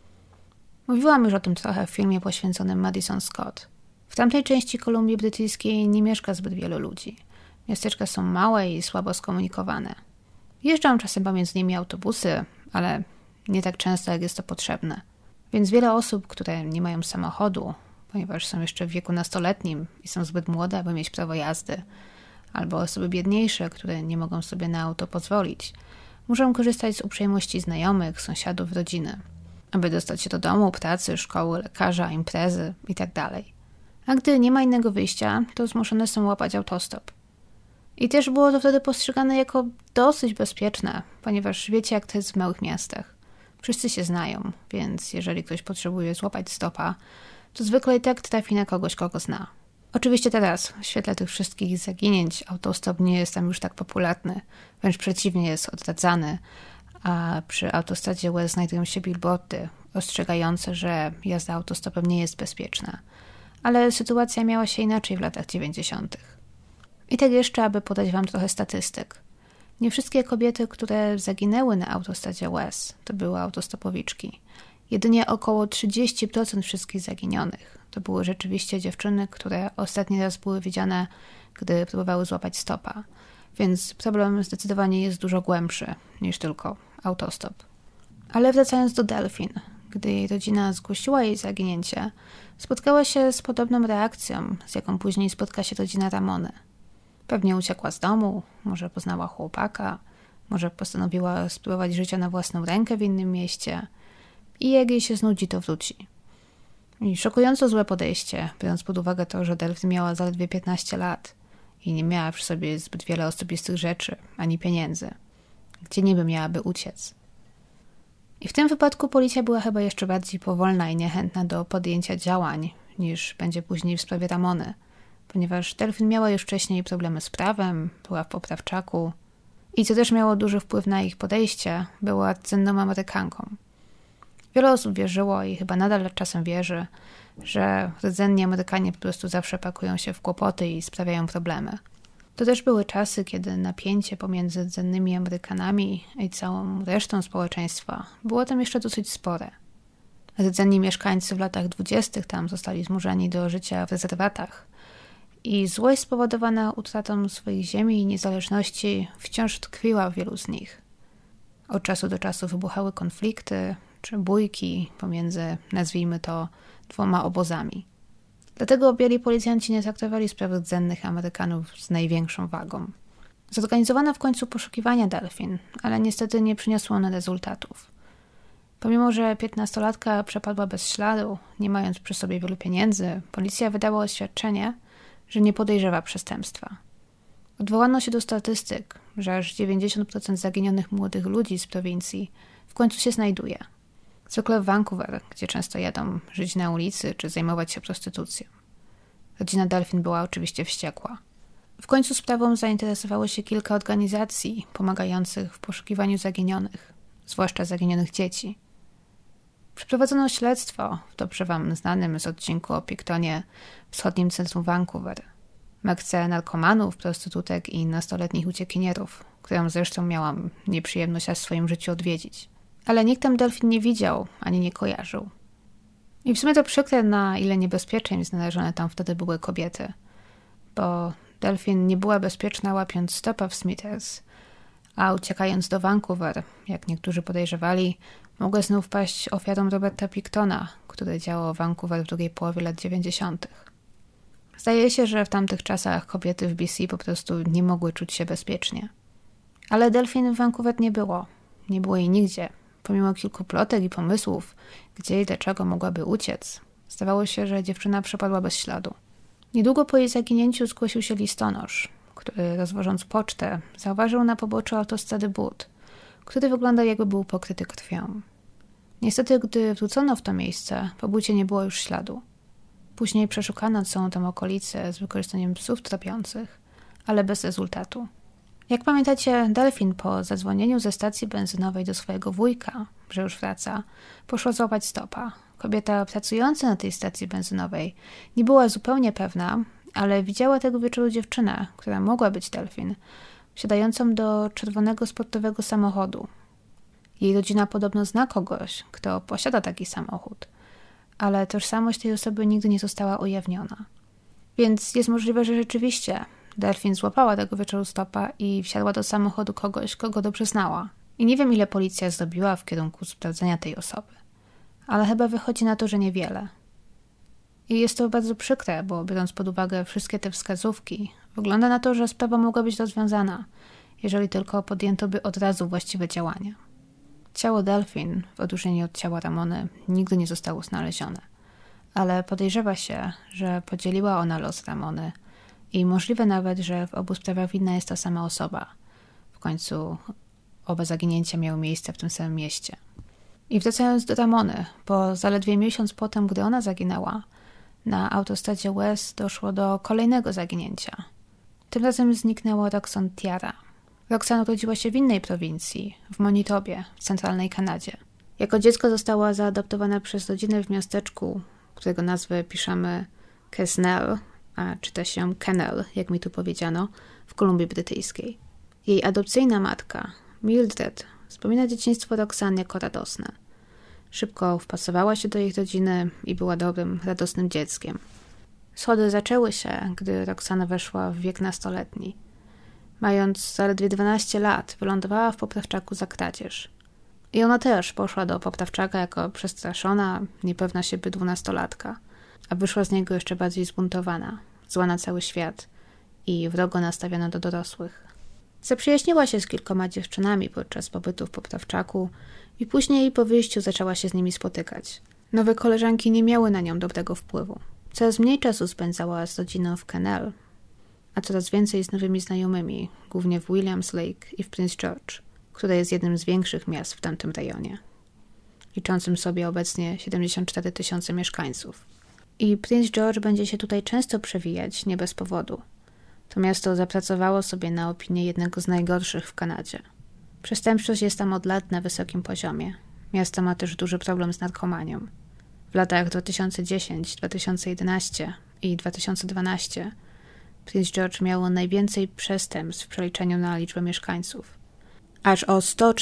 Mówiłam już o tym trochę w filmie poświęconym Madison Scott. W tamtej części Kolumbii Brytyjskiej nie mieszka zbyt wielu ludzi. Miasteczka są małe i słabo skomunikowane. Jeżdżą czasem pomiędzy nimi autobusy, ale nie tak często, jak jest to potrzebne. Więc wiele osób, które nie mają samochodu, ponieważ są jeszcze w wieku nastoletnim i są zbyt młode, aby mieć prawo jazdy, albo osoby biedniejsze, które nie mogą sobie na auto pozwolić, muszą korzystać z uprzejmości znajomych, sąsiadów, rodziny, aby dostać się do domu, pracy, szkoły, lekarza, imprezy itd. A gdy nie ma innego wyjścia, to zmuszone są łapać autostop. I też było to wtedy postrzegane jako dosyć bezpieczne, ponieważ wiecie, jak to jest w małych miastach. Wszyscy się znają, więc jeżeli ktoś potrzebuje złapać stopa, to zwykle i tak trafi na kogoś, kogo zna. Oczywiście teraz, w świetle tych wszystkich zaginięć, autostop nie jest tam już tak popularny, wręcz przeciwnie, jest odradzany, a przy autostradzie West znajdują się billboardy ostrzegające, że jazda autostopem nie jest bezpieczna. Ale sytuacja miała się inaczej w latach 90. I tak jeszcze, aby podać wam trochę statystyk. Nie wszystkie kobiety, które zaginęły na autostradzie West, to były autostopowiczki. Jedynie około 30% wszystkich zaginionych to były rzeczywiście dziewczyny, które ostatni raz były widziane, gdy próbowały złapać stopa. Więc problem zdecydowanie jest dużo głębszy niż tylko autostop. Ale wracając do Delphine, gdy jej rodzina zgłosiła jej zaginięcie, spotkała się z podobną reakcją, z jaką później spotka się rodzina Ramony. Pewnie uciekła z domu, może poznała chłopaka, może postanowiła spróbować życia na własną rękę w innym mieście i jak jej się znudzi, to wróci. I szokująco złe podejście, biorąc pod uwagę to, że Delphine miała zaledwie 15 lat i nie miała przy sobie zbyt wiele osobistych rzeczy, ani pieniędzy. Gdzie niby miałaby uciec? I w tym wypadku policja była chyba jeszcze bardziej powolna i niechętna do podjęcia działań, niż będzie później w sprawie Ramony, ponieważ Delphine miała już wcześniej problemy z prawem, była w poprawczaku i co też miało duży wpływ na ich podejście, była rdzenną Amerykanką. Wiele osób wierzyło i chyba nadal czasem wierzy, że rdzenni Amerykanie po prostu zawsze pakują się w kłopoty i sprawiają problemy. To też były czasy, kiedy napięcie pomiędzy rdzennymi Amerykanami i całą resztą społeczeństwa było tam jeszcze dosyć spore. Rdzenni mieszkańcy w latach 20. tam zostali zmuszeni do życia w rezerwatach I złość spowodowana utratą swoich ziemi i niezależności wciąż tkwiła w wielu z nich. Od czasu do czasu wybuchały konflikty czy bójki pomiędzy, nazwijmy to, dwoma obozami. Dlatego biali policjanci nie traktowali spraw rdzennych Amerykanów z największą wagą. Zorganizowano w końcu poszukiwania Delfin, ale niestety nie przyniosło one rezultatów. Pomimo że 15-latka przepadła bez śladu, nie mając przy sobie wielu pieniędzy, policja wydała oświadczenie, że nie podejrzewa przestępstwa. Odwołano się do statystyk, że aż 90% zaginionych młodych ludzi z prowincji w końcu się znajduje. Zwykle w Vancouver, gdzie często jadą żyć na ulicy czy zajmować się prostytucją. Rodzina Delfin była oczywiście wściekła. W końcu sprawą zainteresowało się kilka organizacji pomagających w poszukiwaniu zaginionych, zwłaszcza zaginionych dzieci. Przeprowadzono śledztwo w dobrze wam znanym z odcinku o Pictonie wschodnim centrum Vancouver. Mekce narkomanów, prostytutek i nastoletnich uciekinierów, którą zresztą miałam nieprzyjemność w swoim życiu odwiedzić. Ale nikt tam Delfin nie widział, ani nie kojarzył. I w sumie to przykre, na ile niebezpieczeństw narażone tam wtedy były kobiety. Bo Delfin nie była bezpieczna łapiąc stopa w Smithers, a uciekając do Vancouver, jak niektórzy podejrzewali, mogła znów paść ofiarą Roberta Pictona, który działał w Vancouver w drugiej połowie lat 90. Zdaje się, że w tamtych czasach kobiety w BC po prostu nie mogły czuć się bezpiecznie. Ale Delfin w Vancouver nie było. Nie było jej nigdzie. Pomimo kilku plotek i pomysłów, gdzie i dlaczego mogłaby uciec, zdawało się, że dziewczyna przepadła bez śladu. Niedługo po jej zaginięciu zgłosił się listonosz, który rozwożąc pocztę zauważył na poboczu autostrady but, który wyglądał jakby był pokryty krwią. Niestety, gdy wrócono w to miejsce, po bucie nie było już śladu. Później przeszukano całą tę okolicę z wykorzystaniem psów tropiących, ale bez rezultatu. Jak pamiętacie, Delfin po zadzwonieniu ze stacji benzynowej do swojego wujka, że już wraca, poszła złapać stopa. Kobieta pracująca na tej stacji benzynowej nie była zupełnie pewna, ale widziała tego wieczoru dziewczynę, która mogła być Delfin, wsiadającą do czerwonego sportowego samochodu. Jej rodzina podobno zna kogoś, kto posiada taki samochód, ale tożsamość tej osoby nigdy nie została ujawniona. Więc jest możliwe, że rzeczywiście Delfin złapała tego wieczoru stopa i wsiadła do samochodu kogoś, kogo dobrze znała. I nie wiem, ile policja zrobiła w kierunku sprawdzenia tej osoby, ale chyba wychodzi na to, że niewiele. I jest to bardzo przykre, bo biorąc pod uwagę wszystkie te wskazówki, wygląda na to, że sprawa mogła być rozwiązana, jeżeli tylko podjęto by od razu właściwe działania. Ciało Delfin, w odróżnieniu od ciała Ramony, nigdy nie zostało znalezione, ale podejrzewa się, że podzieliła ona los Ramony i możliwe nawet, że w obu sprawach winna jest ta sama osoba. W końcu oba zaginięcia miały miejsce w tym samym mieście. I wracając do Ramony, po zaledwie miesiąc potem, gdy ona zaginęła, na autostradzie West doszło do kolejnego zaginięcia. Tym razem zniknęła Roxanne Tiara. Roxanne urodziła się w innej prowincji, w Manitobie, w centralnej Kanadzie. Jako dziecko została zaadoptowana przez rodzinę w miasteczku, którego nazwę piszemy Quesnel, a czyta się Kennel, jak mi tu powiedziano, w Kolumbii Brytyjskiej. Jej adopcyjna matka, Mildred, wspomina dzieciństwo Roxanne jako radosne. Szybko wpasowała się do ich rodziny i była dobrym, radosnym dzieckiem. Schody zaczęły się, gdy Roxanne weszła w wiek nastoletni. Mając zaledwie 12 lat, wylądowała w poprawczaku za kradzież. I ona też poszła do poprawczaka jako przestraszona, niepewna siebie 12-latka, a wyszła z niego jeszcze bardziej zbuntowana, zła na cały świat i wrogo nastawiona do dorosłych. Zaprzyjaźniła się z kilkoma dziewczynami podczas pobytu w poprawczaku i później po wyjściu zaczęła się z nimi spotykać. Nowe koleżanki nie miały na nią dobrego wpływu. Coraz mniej czasu spędzała z rodziną w Kennel, a coraz więcej z nowymi znajomymi, głównie w Williams Lake i w Prince George, które jest jednym z większych miast w tamtym rejonie, liczącym sobie obecnie 74 000 mieszkańców. I Prince George będzie się tutaj często przewijać, nie bez powodu. To miasto zapracowało sobie na opinię jednego z najgorszych w Kanadzie. Przestępczość jest tam od lat na wysokim poziomie. Miasto ma też duży problem z narkomanią. W latach 2010, 2011 i 2012 Prince George miało najwięcej przestępstw w przeliczeniu na liczbę mieszkańców. Aż o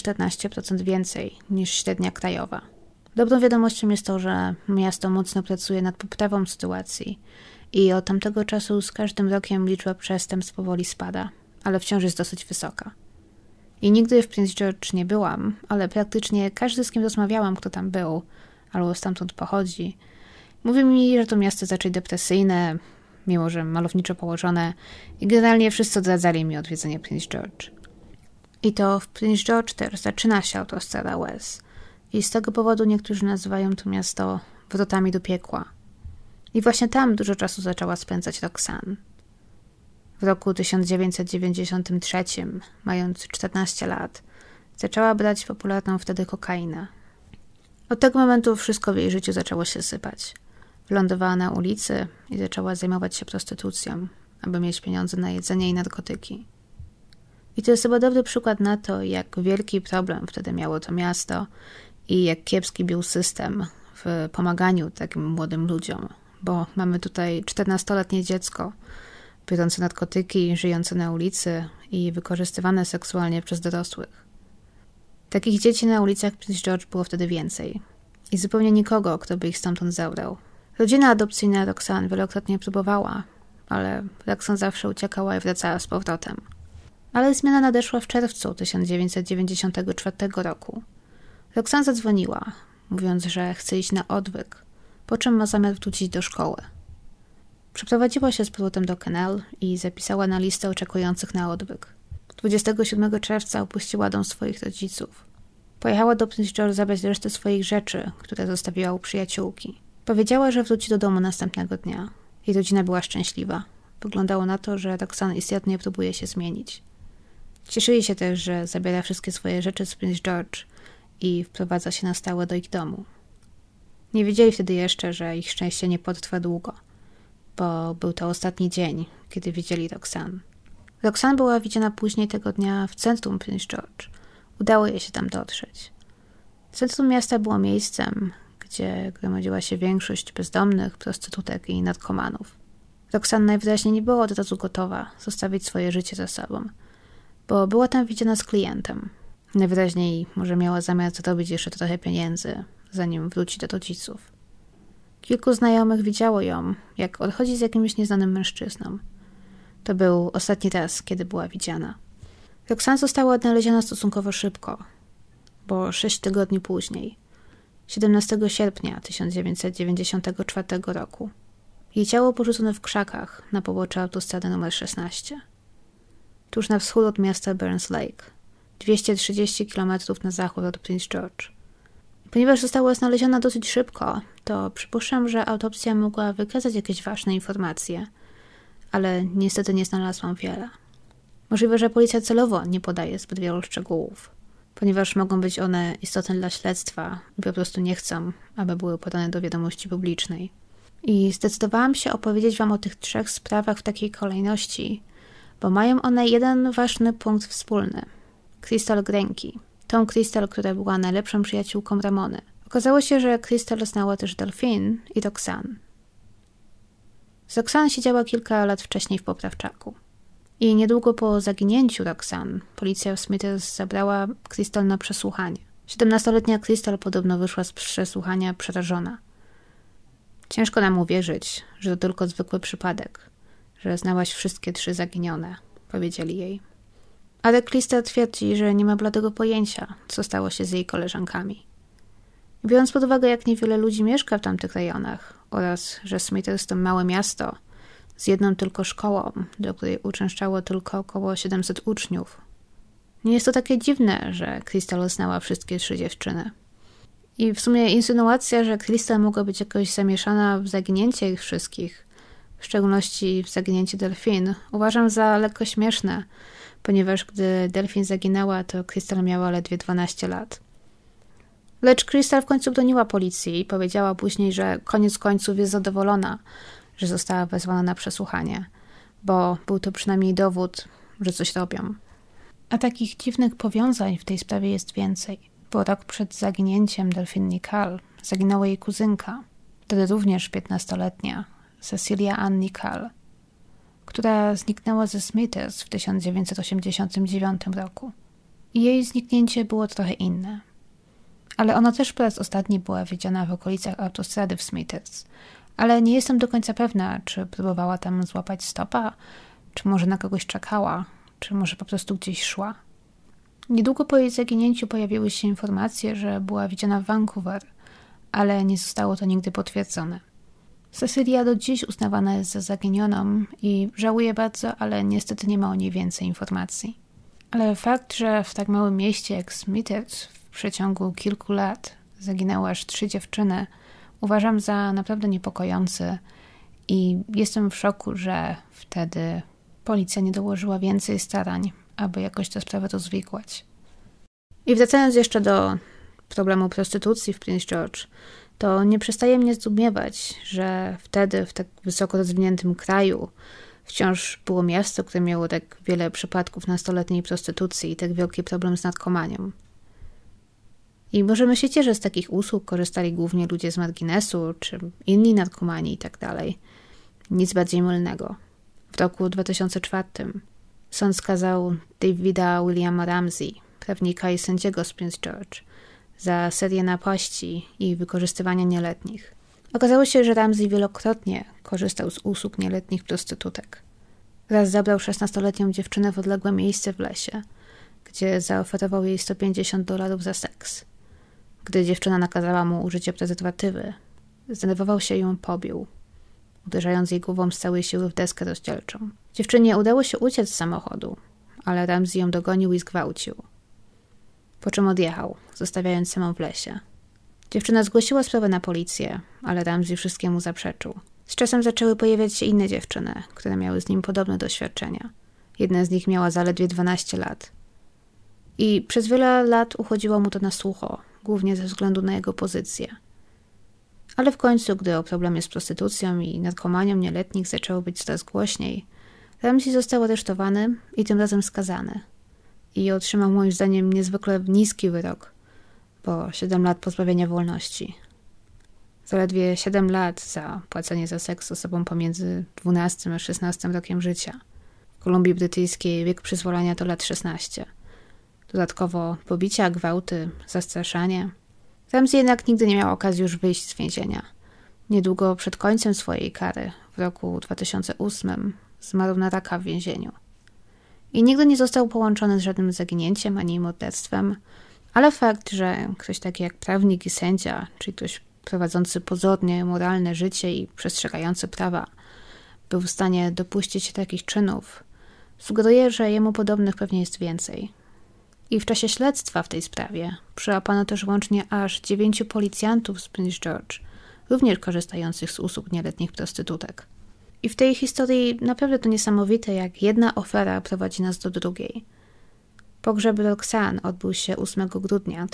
114% więcej niż średnia krajowa. Dobrą wiadomością jest to, że miasto mocno pracuje nad poprawą sytuacji I od tamtego czasu z każdym rokiem liczba przestępstw powoli spada, ale wciąż jest dosyć wysoka. I nigdy w Prince George nie byłam, ale praktycznie każdy, z kim rozmawiałam, kto tam był, albo stamtąd pochodzi, mówi mi, że to miasto raczej depresyjne, mimo że malowniczo położone, i generalnie wszyscy odradzali mi odwiedzenie Prince George. I to w Prince George też zaczyna się autostrada łez. I z tego powodu niektórzy nazywają to miasto wrotami do piekła. I właśnie tam dużo czasu zaczęła spędzać Roxanne. W roku 1993, mając 14 lat, zaczęła brać popularną wtedy kokainę. Od tego momentu wszystko w jej życiu zaczęło się sypać. Wylądowała na ulicy i zaczęła zajmować się prostytucją, aby mieć pieniądze na jedzenie i narkotyki. I to jest chyba dobry przykład na to, jak wielki problem wtedy miało to miasto i jak kiepski był system w pomaganiu takim młodym ludziom, bo mamy tutaj 14-letnie dziecko, biorące narkotyki, żyjące na ulicy i wykorzystywane seksualnie przez dorosłych. Takich dzieci na ulicach Prince George było wtedy więcej i zupełnie nikogo, kto by ich stamtąd zabrał. Rodzina adopcyjna Roxanne wielokrotnie próbowała, ale Roxanne zawsze uciekała i wracała z powrotem. Ale zmiana nadeszła w czerwcu 1994 roku. Roxanne zadzwoniła, mówiąc, że chce iść na odwyk, po czym ma zamiar wrócić do szkoły. Przeprowadziła się z powrotem do Canal i zapisała na listę oczekujących na odwyk. 27 czerwca opuściła dom swoich rodziców. Pojechała do Prince George zabrać resztę swoich rzeczy, które zostawiła u przyjaciółki. Powiedziała, że wróci do domu następnego dnia. Jej rodzina była szczęśliwa. Wyglądało na to, że Roxanne istotnie próbuje się zmienić. Cieszyli się też, że zabiera wszystkie swoje rzeczy z Prince George i wprowadza się na stałe do ich domu. Nie wiedzieli wtedy jeszcze, że ich szczęście nie potrwa długo, bo był to ostatni dzień, kiedy widzieli Roxanne. Roxanne była widziana później tego dnia w centrum Prince George. Udało jej się tam dotrzeć. Centrum miasta było miejscem, gdzie gromadziła się większość bezdomnych, prostytutek i narkomanów. Roxanne najwyraźniej nie była od razu gotowa zostawić swoje życie za sobą, bo była tam widziana z klientem. Najwyraźniej może miała zamiar zarobić jeszcze trochę pieniędzy, zanim wróci do rodziców. Kilku znajomych widziało ją, jak odchodzi z jakimś nieznanym mężczyzną. To był ostatni raz, kiedy była widziana. Roxanne została odnaleziona stosunkowo szybko, bo 6 tygodni później, 17 sierpnia 1994 roku, jej ciało porzucono w krzakach na poboczu autostrady nr 16. Tuż na wschód od miasta Burns Lake, 230 km na zachód od Prince George. Ponieważ została znaleziona dosyć szybko, to przypuszczam, że autopsja mogła wykazać jakieś ważne informacje, ale niestety nie znalazłam wiele. Możliwe, że policja celowo nie podaje zbyt wielu szczegółów, ponieważ mogą być one istotne dla śledztwa i po prostu nie chcą, aby były podane do wiadomości publicznej. I zdecydowałam się opowiedzieć wam o tych 3 sprawach w takiej kolejności, bo mają one jeden ważny punkt wspólny. Crystal Grenke. Tą Crystal, która była najlepszą przyjaciółką Ramony. Okazało się, że Crystal znała też Delphine i Roxanne. Z Roxanne siedziała kilka lat wcześniej w poprawczaku. I niedługo po zaginięciu Roxanne policja w Smithers zabrała Crystal na przesłuchanie. 17-letnia Crystal podobno wyszła z przesłuchania przerażona. Ciężko nam uwierzyć, że to tylko zwykły przypadek, że znałaś wszystkie 3 zaginione, powiedzieli jej. Ale Crystal twierdzi, że nie ma bladego pojęcia, co stało się z jej koleżankami. Biorąc pod uwagę, jak niewiele ludzi mieszka w tamtych rejonach oraz, że Smithers to małe miasto z jedną tylko szkołą, do której uczęszczało tylko około 700 uczniów, nie jest to takie dziwne, że Crystal znała wszystkie 3 dziewczyny. I w sumie insynuacja, że Crystal mogła być jakoś zamieszana w zaginięcie ich wszystkich, w szczególności w zaginięcie Delphine, uważam za lekko śmieszne, ponieważ gdy Delphine zaginęła, to Crystal miała ledwie 12 lat. Lecz Crystal w końcu broniła policji i powiedziała później, że koniec końców jest zadowolona, że została wezwana na przesłuchanie, bo był to przynajmniej dowód, że coś robią. A takich dziwnych powiązań w tej sprawie jest więcej, bo rok przed zaginięciem Delphine Nicol zaginęła jej kuzynka, wtedy również 15-letnia, Cecilia Ann Nicol, która zniknęła ze Smithers w 1989 roku. I jej zniknięcie było trochę inne. Ale ona też po raz ostatni była widziana w okolicach autostrady w Smithers, Ale nie jestem do końca pewna, czy próbowała tam złapać stopa, czy może na kogoś czekała, czy może po prostu gdzieś szła. Niedługo po jej zaginięciu pojawiły się informacje, że była widziana w Vancouver, ale nie zostało to nigdy potwierdzone. Cecilia do dziś uznawana jest za zaginioną i żałuję bardzo, ale niestety nie ma o niej więcej informacji. Ale fakt, że w tak małym mieście jak Smithers w przeciągu kilku lat zaginęły aż 3 dziewczyny, uważam za naprawdę niepokojący i jestem w szoku, że wtedy policja nie dołożyła więcej starań, aby jakoś tę sprawę rozwikłać. I wracając jeszcze do problemu prostytucji w Prince George, to nie przestaje mnie zdumiewać, że wtedy w tak wysoko rozwiniętym kraju wciąż było miasto, które miało tak wiele przypadków nastoletniej prostytucji i tak wielki problem z narkomanią. I możemy się cieszyć, że z takich usług korzystali głównie ludzie z marginesu, czy inni narkomani i tak dalej. Nic bardziej mylnego. W roku 2004 sąd skazał Davida Williama Ramsey, prawnika i sędziego z Prince George, za serię napaści i wykorzystywania nieletnich. Okazało się, że Ramsey wielokrotnie korzystał z usług nieletnich prostytutek. Raz zabrał 16-letnią dziewczynę w odległe miejsce w lesie, gdzie zaoferował jej $150 za seks. Gdy dziewczyna nakazała mu użycie prezerwatywy, zdenerwował się i ją pobił, uderzając jej głową z całej siły w deskę rozdzielczą. Dziewczynie udało się uciec z samochodu, ale Ramsey ją dogonił i zgwałcił, po czym odjechał, zostawiając samą w lesie. Dziewczyna zgłosiła sprawę na policję, ale Ramsey wszystkiemu zaprzeczył. Z czasem zaczęły pojawiać się inne dziewczyny, które miały z nim podobne doświadczenia. Jedna z nich miała zaledwie 12 lat. I przez wiele lat uchodziło mu to na sucho, głównie ze względu na jego pozycję. Ale w końcu, gdy o problemie z prostytucją i narkomanią nieletnich zaczęło być coraz głośniej, Ramsey został aresztowany i tym razem skazany. I otrzymał moim zdaniem niezwykle niski wyrok, po 7 lat pozbawienia wolności. Zaledwie 7 lat za płacenie za seks z osobą pomiędzy 12 a 16 rokiem życia. W Kolumbii Brytyjskiej wiek przyzwolenia to lat 16. Dodatkowo pobicia, gwałty, zastraszanie. Ramsey jednak nigdy nie miał okazji już wyjść z więzienia. Niedługo przed końcem swojej kary, w roku 2008, zmarł na raka w więzieniu. I nigdy nie został połączony z żadnym zaginięciem ani morderstwem, ale fakt, że ktoś taki jak prawnik i sędzia, czyli ktoś prowadzący pozornie moralne życie i przestrzegający prawa, był w stanie dopuścić się takich czynów, sugeruje, że jemu podobnych pewnie jest więcej. I w czasie śledztwa w tej sprawie przyłapano też łącznie aż 9 policjantów z Prince George, również korzystających z usług nieletnich prostytutek. I w tej historii naprawdę to niesamowite, jak jedna ofera prowadzi nas do drugiej. Pogrzeb Roxanne odbył się 8 grudnia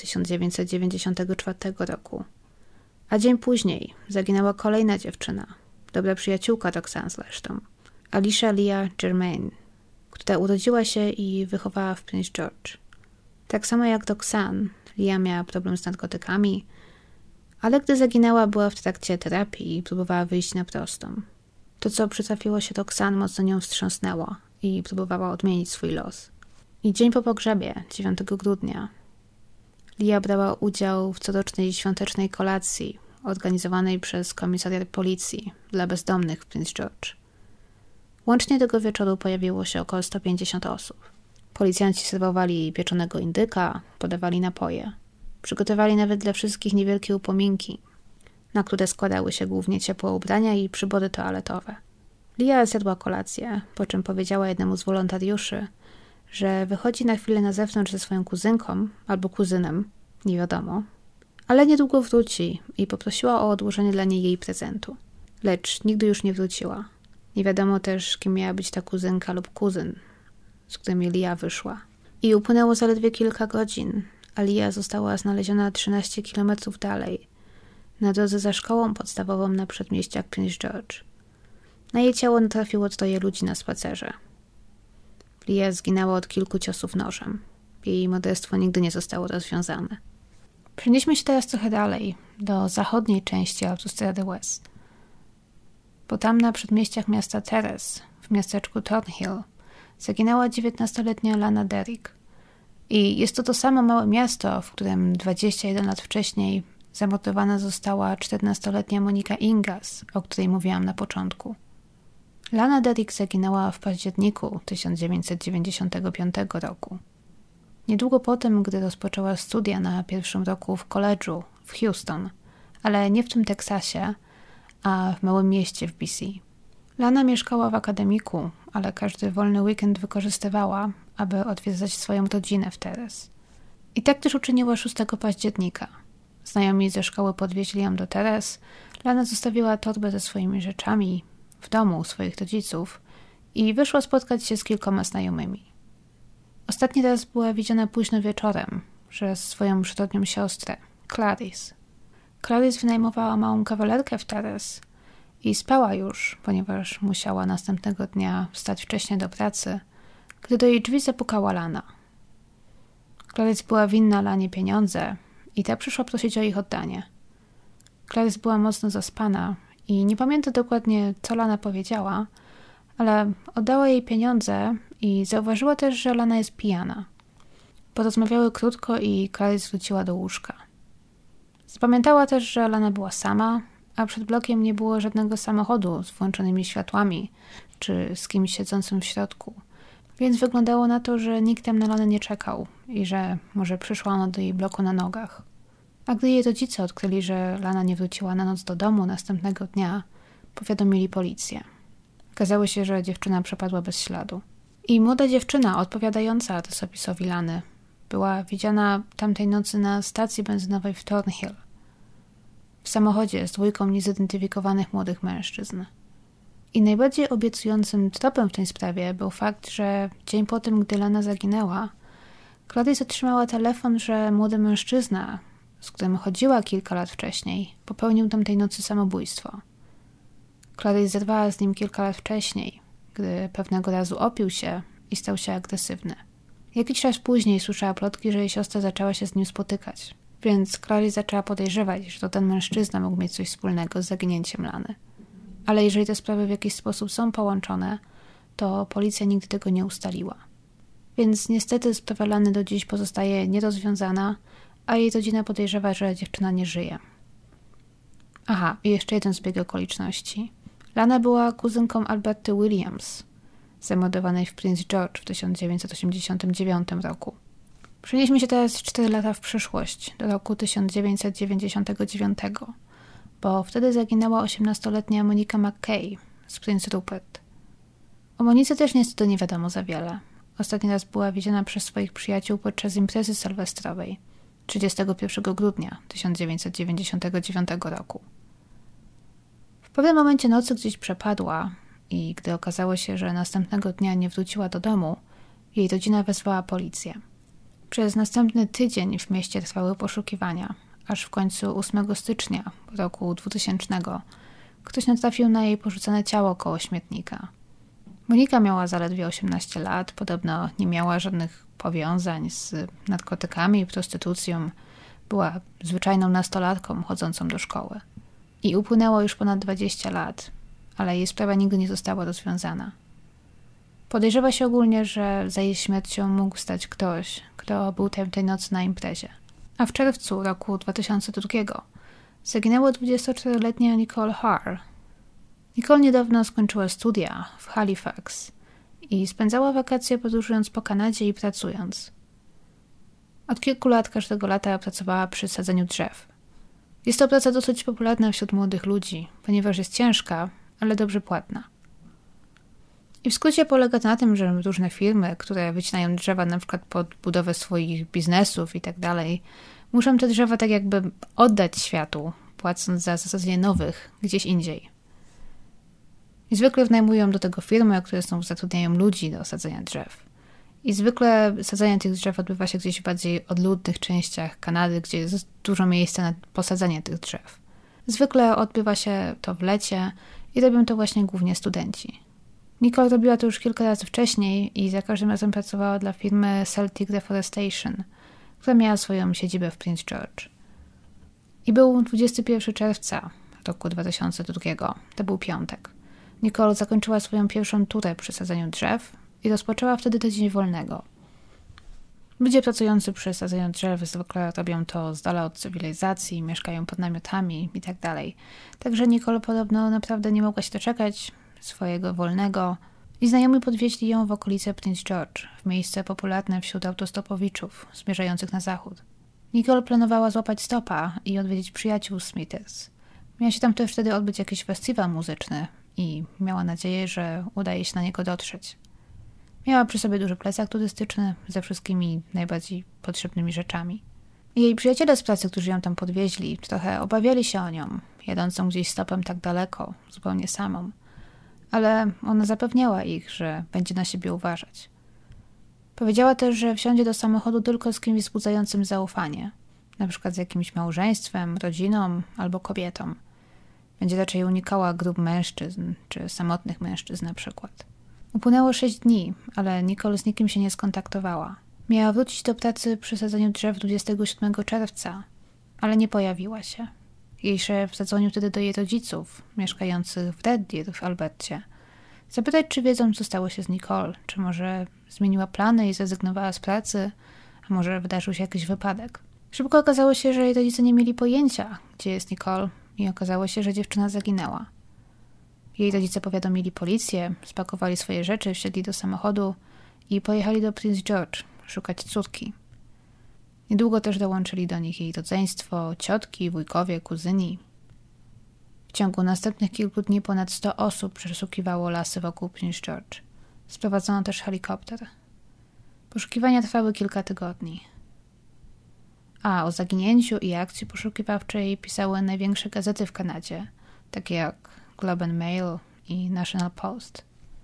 1994 roku. A dzień później zaginęła kolejna dziewczyna, dobra przyjaciółka Roxanne zresztą, Alicia Leah Germain, która urodziła się i wychowała w Prince George. Tak samo jak Roxanne, Leah miała problem z narkotykami, ale gdy zaginęła, była w trakcie terapii i próbowała wyjść na prostą. To, co przytrafiło się Roxanne, mocno nią wstrząsnęło i próbowała odmienić swój los. I dzień po pogrzebie, 9 grudnia, Leah brała udział w corocznej świątecznej kolacji organizowanej przez komisariat policji dla bezdomnych w Prince George. Łącznie tego wieczoru pojawiło się około 150 osób. Policjanci serwowali pieczonego indyka, podawali napoje. Przygotowali nawet dla wszystkich niewielkie upominki, na które składały się głównie ciepłe ubrania i przybory toaletowe. Leah zjadła kolację, po czym powiedziała jednemu z wolontariuszy, że wychodzi na chwilę na zewnątrz ze swoją kuzynką albo kuzynem, nie wiadomo, ale niedługo wróci i poprosiła o odłożenie dla niej jej prezentu. Lecz nigdy już nie wróciła. Nie wiadomo też, kim miała być ta kuzynka lub kuzyn, z którymi Leah wyszła. I upłynęło zaledwie kilka godzin, a Leah została znaleziona 13 kilometrów dalej, na drodze za szkołą podstawową na przedmieściach Prince George. Na jej ciało natrafiło 3 ludzi na spacerze. Leah zginęła od kilku ciosów nożem. Jej morderstwo nigdy nie zostało rozwiązane. Przenieśmy się teraz trochę dalej, do zachodniej części autostrady West. Bo tam na przedmieściach miasta Terrace, w miasteczku Thornhill, zaginęła 19-letnia Lana Derrick. I jest to samo małe miasto, w którym 21 lat wcześniej zamordowana została 14-letnia Monika Ingas, o której mówiłam na początku. Lana Derrick zaginęła w październiku 1995 roku. Niedługo potem, gdy rozpoczęła studia na pierwszym roku w koledżu w Houston, ale nie w tym Teksasie, a w małym mieście w BC. Lana mieszkała w akademiku, ale każdy wolny weekend wykorzystywała, aby odwiedzać swoją rodzinę w Teres. I tak też uczyniła 6 października. Znajomi ze szkoły podwieźli ją do Teres, Lana zostawiła torbę ze swoimi rzeczami w domu swoich rodziców i wyszła spotkać się z kilkoma znajomymi. Ostatni raz była widziana późno wieczorem przez swoją przyrodnią siostrę, Clarice. Clarice wynajmowała małą kawalerkę w Teres i spała już, ponieważ musiała następnego dnia wstać wcześniej do pracy, gdy do jej drzwi zapukała Lana. Clarice była winna Lanie pieniądze i ta przyszła prosić o ich oddanie. Clarice była mocno zaspana i nie pamięta dokładnie, co Lana powiedziała, ale oddała jej pieniądze i zauważyła też, że Lana jest pijana. Porozmawiały krótko i Clarice wróciła do łóżka. Zapamiętała też, że Lana była sama, a przed blokiem nie było żadnego samochodu z włączonymi światłami czy z kimś siedzącym w środku, więc wyglądało na to, że nikt tam na Lanę nie czekał i że może przyszła ona do jej bloku na nogach. A gdy jej rodzice odkryli, że Lana nie wróciła na noc do domu następnego dnia, powiadomili policję. Okazało się, że dziewczyna przepadła bez śladu. I młoda dziewczyna odpowiadająca adresowi Lany była widziana tamtej nocy na stacji benzynowej w Thornhill w samochodzie z 2 niezidentyfikowanych młodych mężczyzn. I najbardziej obiecującym tropem w tej sprawie był fakt, że dzień po tym, gdy Lana zaginęła, Clarice otrzymała telefon, że młody mężczyzna, z którym chodziła kilka lat wcześniej, popełnił tamtej nocy samobójstwo. Clarice zerwała z nim kilka lat wcześniej, gdy pewnego razu opił się i stał się agresywny. Jakiś czas później słyszała plotki, że jej siostra zaczęła się z nim spotykać, więc Clarice zaczęła podejrzewać, że to ten mężczyzna mógł mieć coś wspólnego z zaginięciem Lany. Ale jeżeli te sprawy w jakiś sposób są połączone, to policja nigdy tego nie ustaliła. Więc niestety sprawa Lany do dziś pozostaje nierozwiązana, a jej rodzina podejrzewa, że dziewczyna nie żyje. Aha, i jeszcze jeden zbieg okoliczności. Lana była kuzynką Alberty Williams, zamordowanej w Prince George w 1989 roku. Przenieśmy się teraz 4 lata w przyszłość, do roku 1999, bo wtedy zaginęła 18-letnia Monika McKay z Prince Rupert. O Monice też niestety nie wiadomo za wiele. Ostatni raz była widziana przez swoich przyjaciół podczas imprezy sylwestrowej 31 grudnia 1999 roku. W pewnym momencie nocy gdzieś przepadła i gdy okazało się, że następnego dnia nie wróciła do domu, jej rodzina wezwała policję. Przez następny tydzień w mieście trwały poszukiwania, aż w końcu 8 stycznia roku 2000 ktoś natrafił na jej porzucone ciało koło śmietnika. Monika miała zaledwie 18 lat, podobno nie miała żadnych powiązań z narkotykami i prostytucją. Była zwyczajną nastolatką chodzącą do szkoły. I upłynęło już ponad 20 lat, ale jej sprawa nigdy nie została rozwiązana. Podejrzewa się ogólnie, że za jej śmiercią mógł stać ktoś, kto był tej nocy na imprezie. A w czerwcu roku 2002 zaginęła 24-letnia Nicole Harr. Nicole niedawno skończyła studia w Halifax i spędzała wakacje podróżując po Kanadzie i pracując. Od kilku lat każdego lata pracowała przy sadzeniu drzew. Jest to praca dosyć popularna wśród młodych ludzi, ponieważ jest ciężka, ale dobrze płatna. I w skrócie polega to na tym, że różne firmy, które wycinają drzewa na przykład pod budowę swoich biznesów i tak dalej, muszą te drzewa tak jakby oddać światu, płacąc za zasadzenie nowych gdzieś indziej. I zwykle wynajmują do tego firmy, które zatrudniają ludzi do sadzenia drzew. I zwykle sadzenie tych drzew odbywa się gdzieś w bardziej odludnych częściach Kanady, gdzie jest dużo miejsca na posadzenie tych drzew. Zwykle odbywa się to w lecie i robią to właśnie głównie studenci. Nicole robiła to już kilka razy wcześniej i za każdym razem pracowała dla firmy Celtic Deforestation, która miała swoją siedzibę w Prince George. I był 21 czerwca roku 2002, to był piątek. Nicole zakończyła swoją pierwszą turę przy sadzeniu drzew i rozpoczęła wtedy tydzień wolnego. Ludzie pracujący przy sadzeniu drzew zwykle robią to z dala od cywilizacji, mieszkają pod namiotami itd. Także Nicole podobno naprawdę nie mogła się doczekać swojego wolnego i znajomi podwieźli ją w okolice Prince George, w miejsce popularne wśród autostopowiczów zmierzających na zachód. Nicole planowała złapać stopa i odwiedzić przyjaciół Smithers. Miał się tam też wtedy odbyć jakiś festiwal muzyczny i miała nadzieję, że udaje się na niego dotrzeć. Miała przy sobie duży plecak turystyczny ze wszystkimi najbardziej potrzebnymi rzeczami. Jej przyjaciele z pracy, którzy ją tam podwieźli, trochę obawiali się o nią, jadącą gdzieś stopem tak daleko, zupełnie samą. Ale ona zapewniała ich, że będzie na siebie uważać. Powiedziała też, że wsiądzie do samochodu tylko z kimś wzbudzającym zaufanie, na przykład z jakimś małżeństwem, rodziną albo kobietą. Będzie raczej unikała grup mężczyzn, czy samotnych mężczyzn na przykład. Upłynęło 6 dni, ale Nicole z nikim się nie skontaktowała. Miała wrócić do pracy przy sadzeniu drzew 27 czerwca, ale nie pojawiła się. Jej szef zadzwonił wtedy do jej rodziców, mieszkających w Red Deer w Albercie, zapytać, czy wiedzą, co stało się z Nicole, czy może zmieniła plany i zrezygnowała z pracy, a może wydarzył się jakiś wypadek. Szybko okazało się, że jej rodzice nie mieli pojęcia, gdzie jest Nicole i okazało się, że dziewczyna zaginęła. Jej rodzice powiadomili policję, spakowali swoje rzeczy, wsiedli do samochodu i pojechali do Prince George szukać córki. Niedługo też dołączyli do nich jej rodzeństwo, ciotki, wujkowie, kuzyni. W ciągu następnych kilku dni ponad 100 osób przeszukiwało lasy wokół Prince George. Sprowadzono też helikopter. Poszukiwania trwały kilka tygodni. A o zaginięciu i akcji poszukiwawczej pisały największe gazety w Kanadzie, takie jak Globe and Mail i National Post.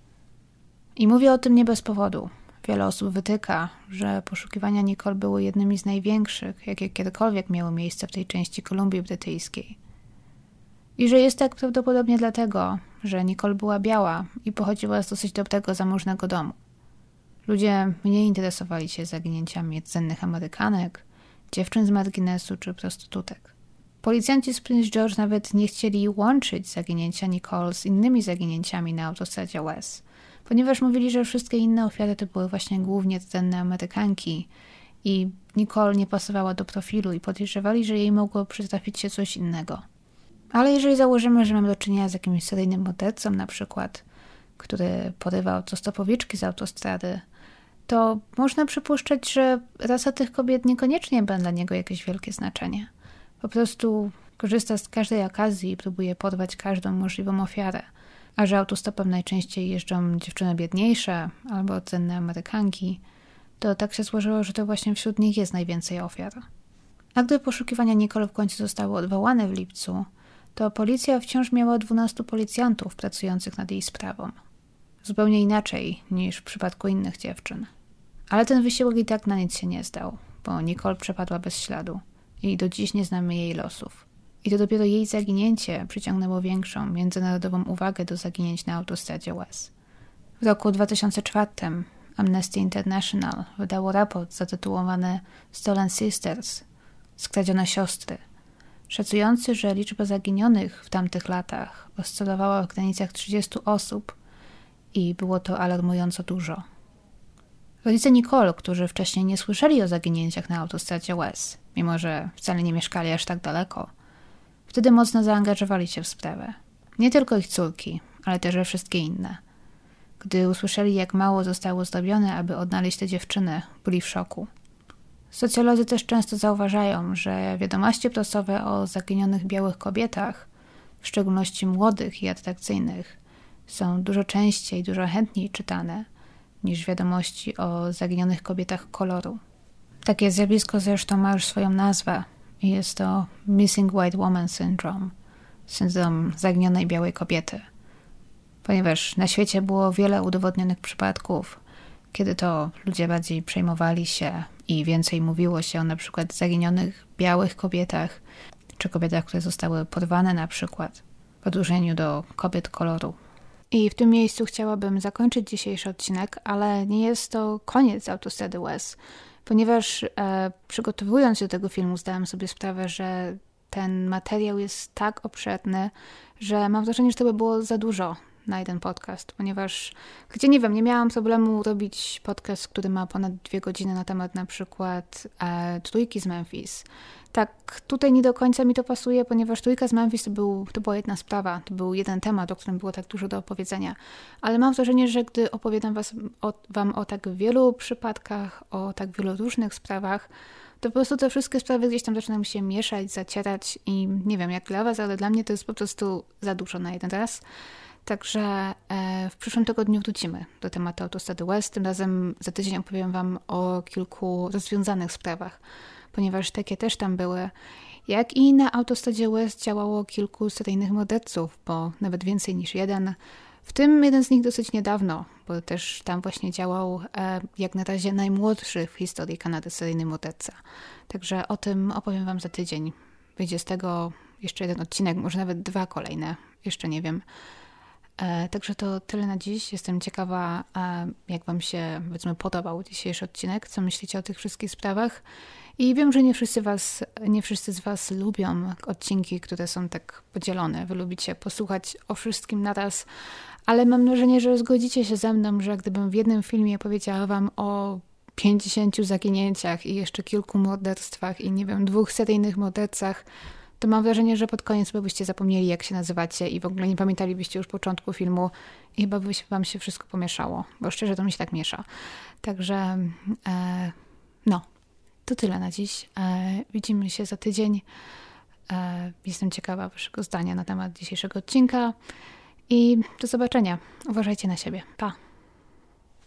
I mówię o tym nie bez powodu. Wiele osób wytyka, że poszukiwania Nicole były jednymi z największych, jakie kiedykolwiek miały miejsce w tej części Kolumbii Brytyjskiej. I że jest tak prawdopodobnie dlatego, że Nicole była biała i pochodziła z dosyć dobrego, zamożnego domu. Ludzie mniej interesowali się zaginięciami rdzennych Amerykanek, dziewczyn z marginesu czy prostytutek. Policjanci z Prince George nawet nie chcieli łączyć zaginięcia Nicole z innymi zaginięciami na autostradzie West, ponieważ mówili, że wszystkie inne ofiary to były właśnie głównie rdzenne Amerykanki i Nicole nie pasowała do profilu i podejrzewali, że jej mogło przytrafić się coś innego. Ale jeżeli założymy, że mamy do czynienia z jakimś seryjnym mordercą na przykład, który porywa autostopowiczki z autostrady, to można przypuszczać, że rasa tych kobiet niekoniecznie ma dla niego jakieś wielkie znaczenie. Po prostu korzysta z każdej okazji i próbuje porwać każdą możliwą ofiarę. A że autostopem najczęściej jeżdżą dziewczyny biedniejsze albo cenne Amerykanki, to tak się złożyło, że to właśnie wśród nich jest najwięcej ofiar. A gdy poszukiwania Nicole w końcu zostały odwołane w lipcu, to policja wciąż miała 12 policjantów pracujących nad jej sprawą. Zupełnie inaczej niż w przypadku innych dziewczyn. Ale ten wysiłek i tak na nic się nie zdał, bo Nicole przepadła bez śladu i do dziś nie znamy jej losów. I to dopiero jej zaginięcie przyciągnęło większą międzynarodową uwagę do zaginięć na autostradzie West. W roku 2004 Amnesty International wydało raport zatytułowany Stolen Sisters – Skradzione siostry, szacujący, że liczba zaginionych w tamtych latach oscylowała w granicach 30 osób i było to alarmująco dużo. Rodzice Nicole, którzy wcześniej nie słyszeli o zaginięciach na autostradzie West, mimo że wcale nie mieszkali aż tak daleko, wtedy mocno zaangażowali się w sprawę. Nie tylko ich córki, ale też wszystkie inne. Gdy usłyszeli, jak mało zostało zrobione, aby odnaleźć te dziewczyny, byli w szoku. Socjolodzy też często zauważają, że wiadomości prasowe o zaginionych białych kobietach, w szczególności młodych i atrakcyjnych, są dużo częściej, dużo chętniej czytane niż wiadomości o zaginionych kobietach koloru. Takie zjawisko zresztą ma już swoją nazwę i jest to Missing White Woman Syndrome, syndrom zaginionej białej kobiety. Ponieważ na świecie było wiele udowodnionych przypadków, kiedy to ludzie bardziej przejmowali się i więcej mówiło się o na przykład zaginionych białych kobietach, czy kobietach, które zostały porwane na przykład, w odróżnieniu do kobiet koloru. I w tym miejscu chciałabym zakończyć dzisiejszy odcinek, ale nie jest to koniec Autostrady West, ponieważ przygotowując się do tego filmu zdałam sobie sprawę, że ten materiał jest tak obszerny, że mam wrażenie, że to by było za dużo na jeden podcast, ponieważ nie wiem, nie miałam problemu robić podcast, który ma ponad 2 godziny na temat na przykład Trójki z Memphis. Tak, tutaj nie do końca mi to pasuje, ponieważ Trójka z Memphis to była jedna sprawa, to był jeden temat, o którym było tak dużo do opowiedzenia. Ale mam wrażenie, że gdy opowiadam wam o tak wielu przypadkach, o tak wielu różnych sprawach, to po prostu te wszystkie sprawy gdzieś tam zaczynają się mieszać, zacierać i nie wiem jak dla was, ale dla mnie to jest po prostu za dużo na jeden raz. Także w przyszłym tygodniu wrócimy do tematu Autostrady West. Tym razem za tydzień opowiem wam o kilku rozwiązanych sprawach, ponieważ takie też tam były. Jak i na Autostradzie West działało kilku seryjnych morderców, bo nawet więcej niż jeden. W tym jeden z nich dosyć niedawno, bo też tam właśnie działał jak na razie najmłodszy w historii Kanady seryjny morderca. Także o tym opowiem wam za tydzień. Wyjdzie z tego jeszcze jeden odcinek, może nawet 2 kolejne, jeszcze nie wiem. Także to tyle na dziś. Jestem ciekawa, jak wam się, powiedzmy, podobał dzisiejszy odcinek, co myślicie o tych wszystkich sprawach. I wiem, że nie wszyscy z was lubią odcinki, które są tak podzielone. Wy lubicie posłuchać o wszystkim naraz, ale mam wrażenie, że zgodzicie się ze mną, że gdybym w jednym filmie powiedziała wam o 50 zaginięciach i jeszcze kilku morderstwach i nie wiem, 2 seryjnych mordercach, to mam wrażenie, że pod koniec byście zapomnieli, jak się nazywacie i w ogóle nie pamiętalibyście już początku filmu i chyba by wam się wszystko pomieszało, bo szczerze to mi się tak miesza. Także to tyle na dziś. Widzimy się za tydzień. Jestem ciekawa waszego zdania na temat dzisiejszego odcinka i do zobaczenia. Uważajcie na siebie. Pa!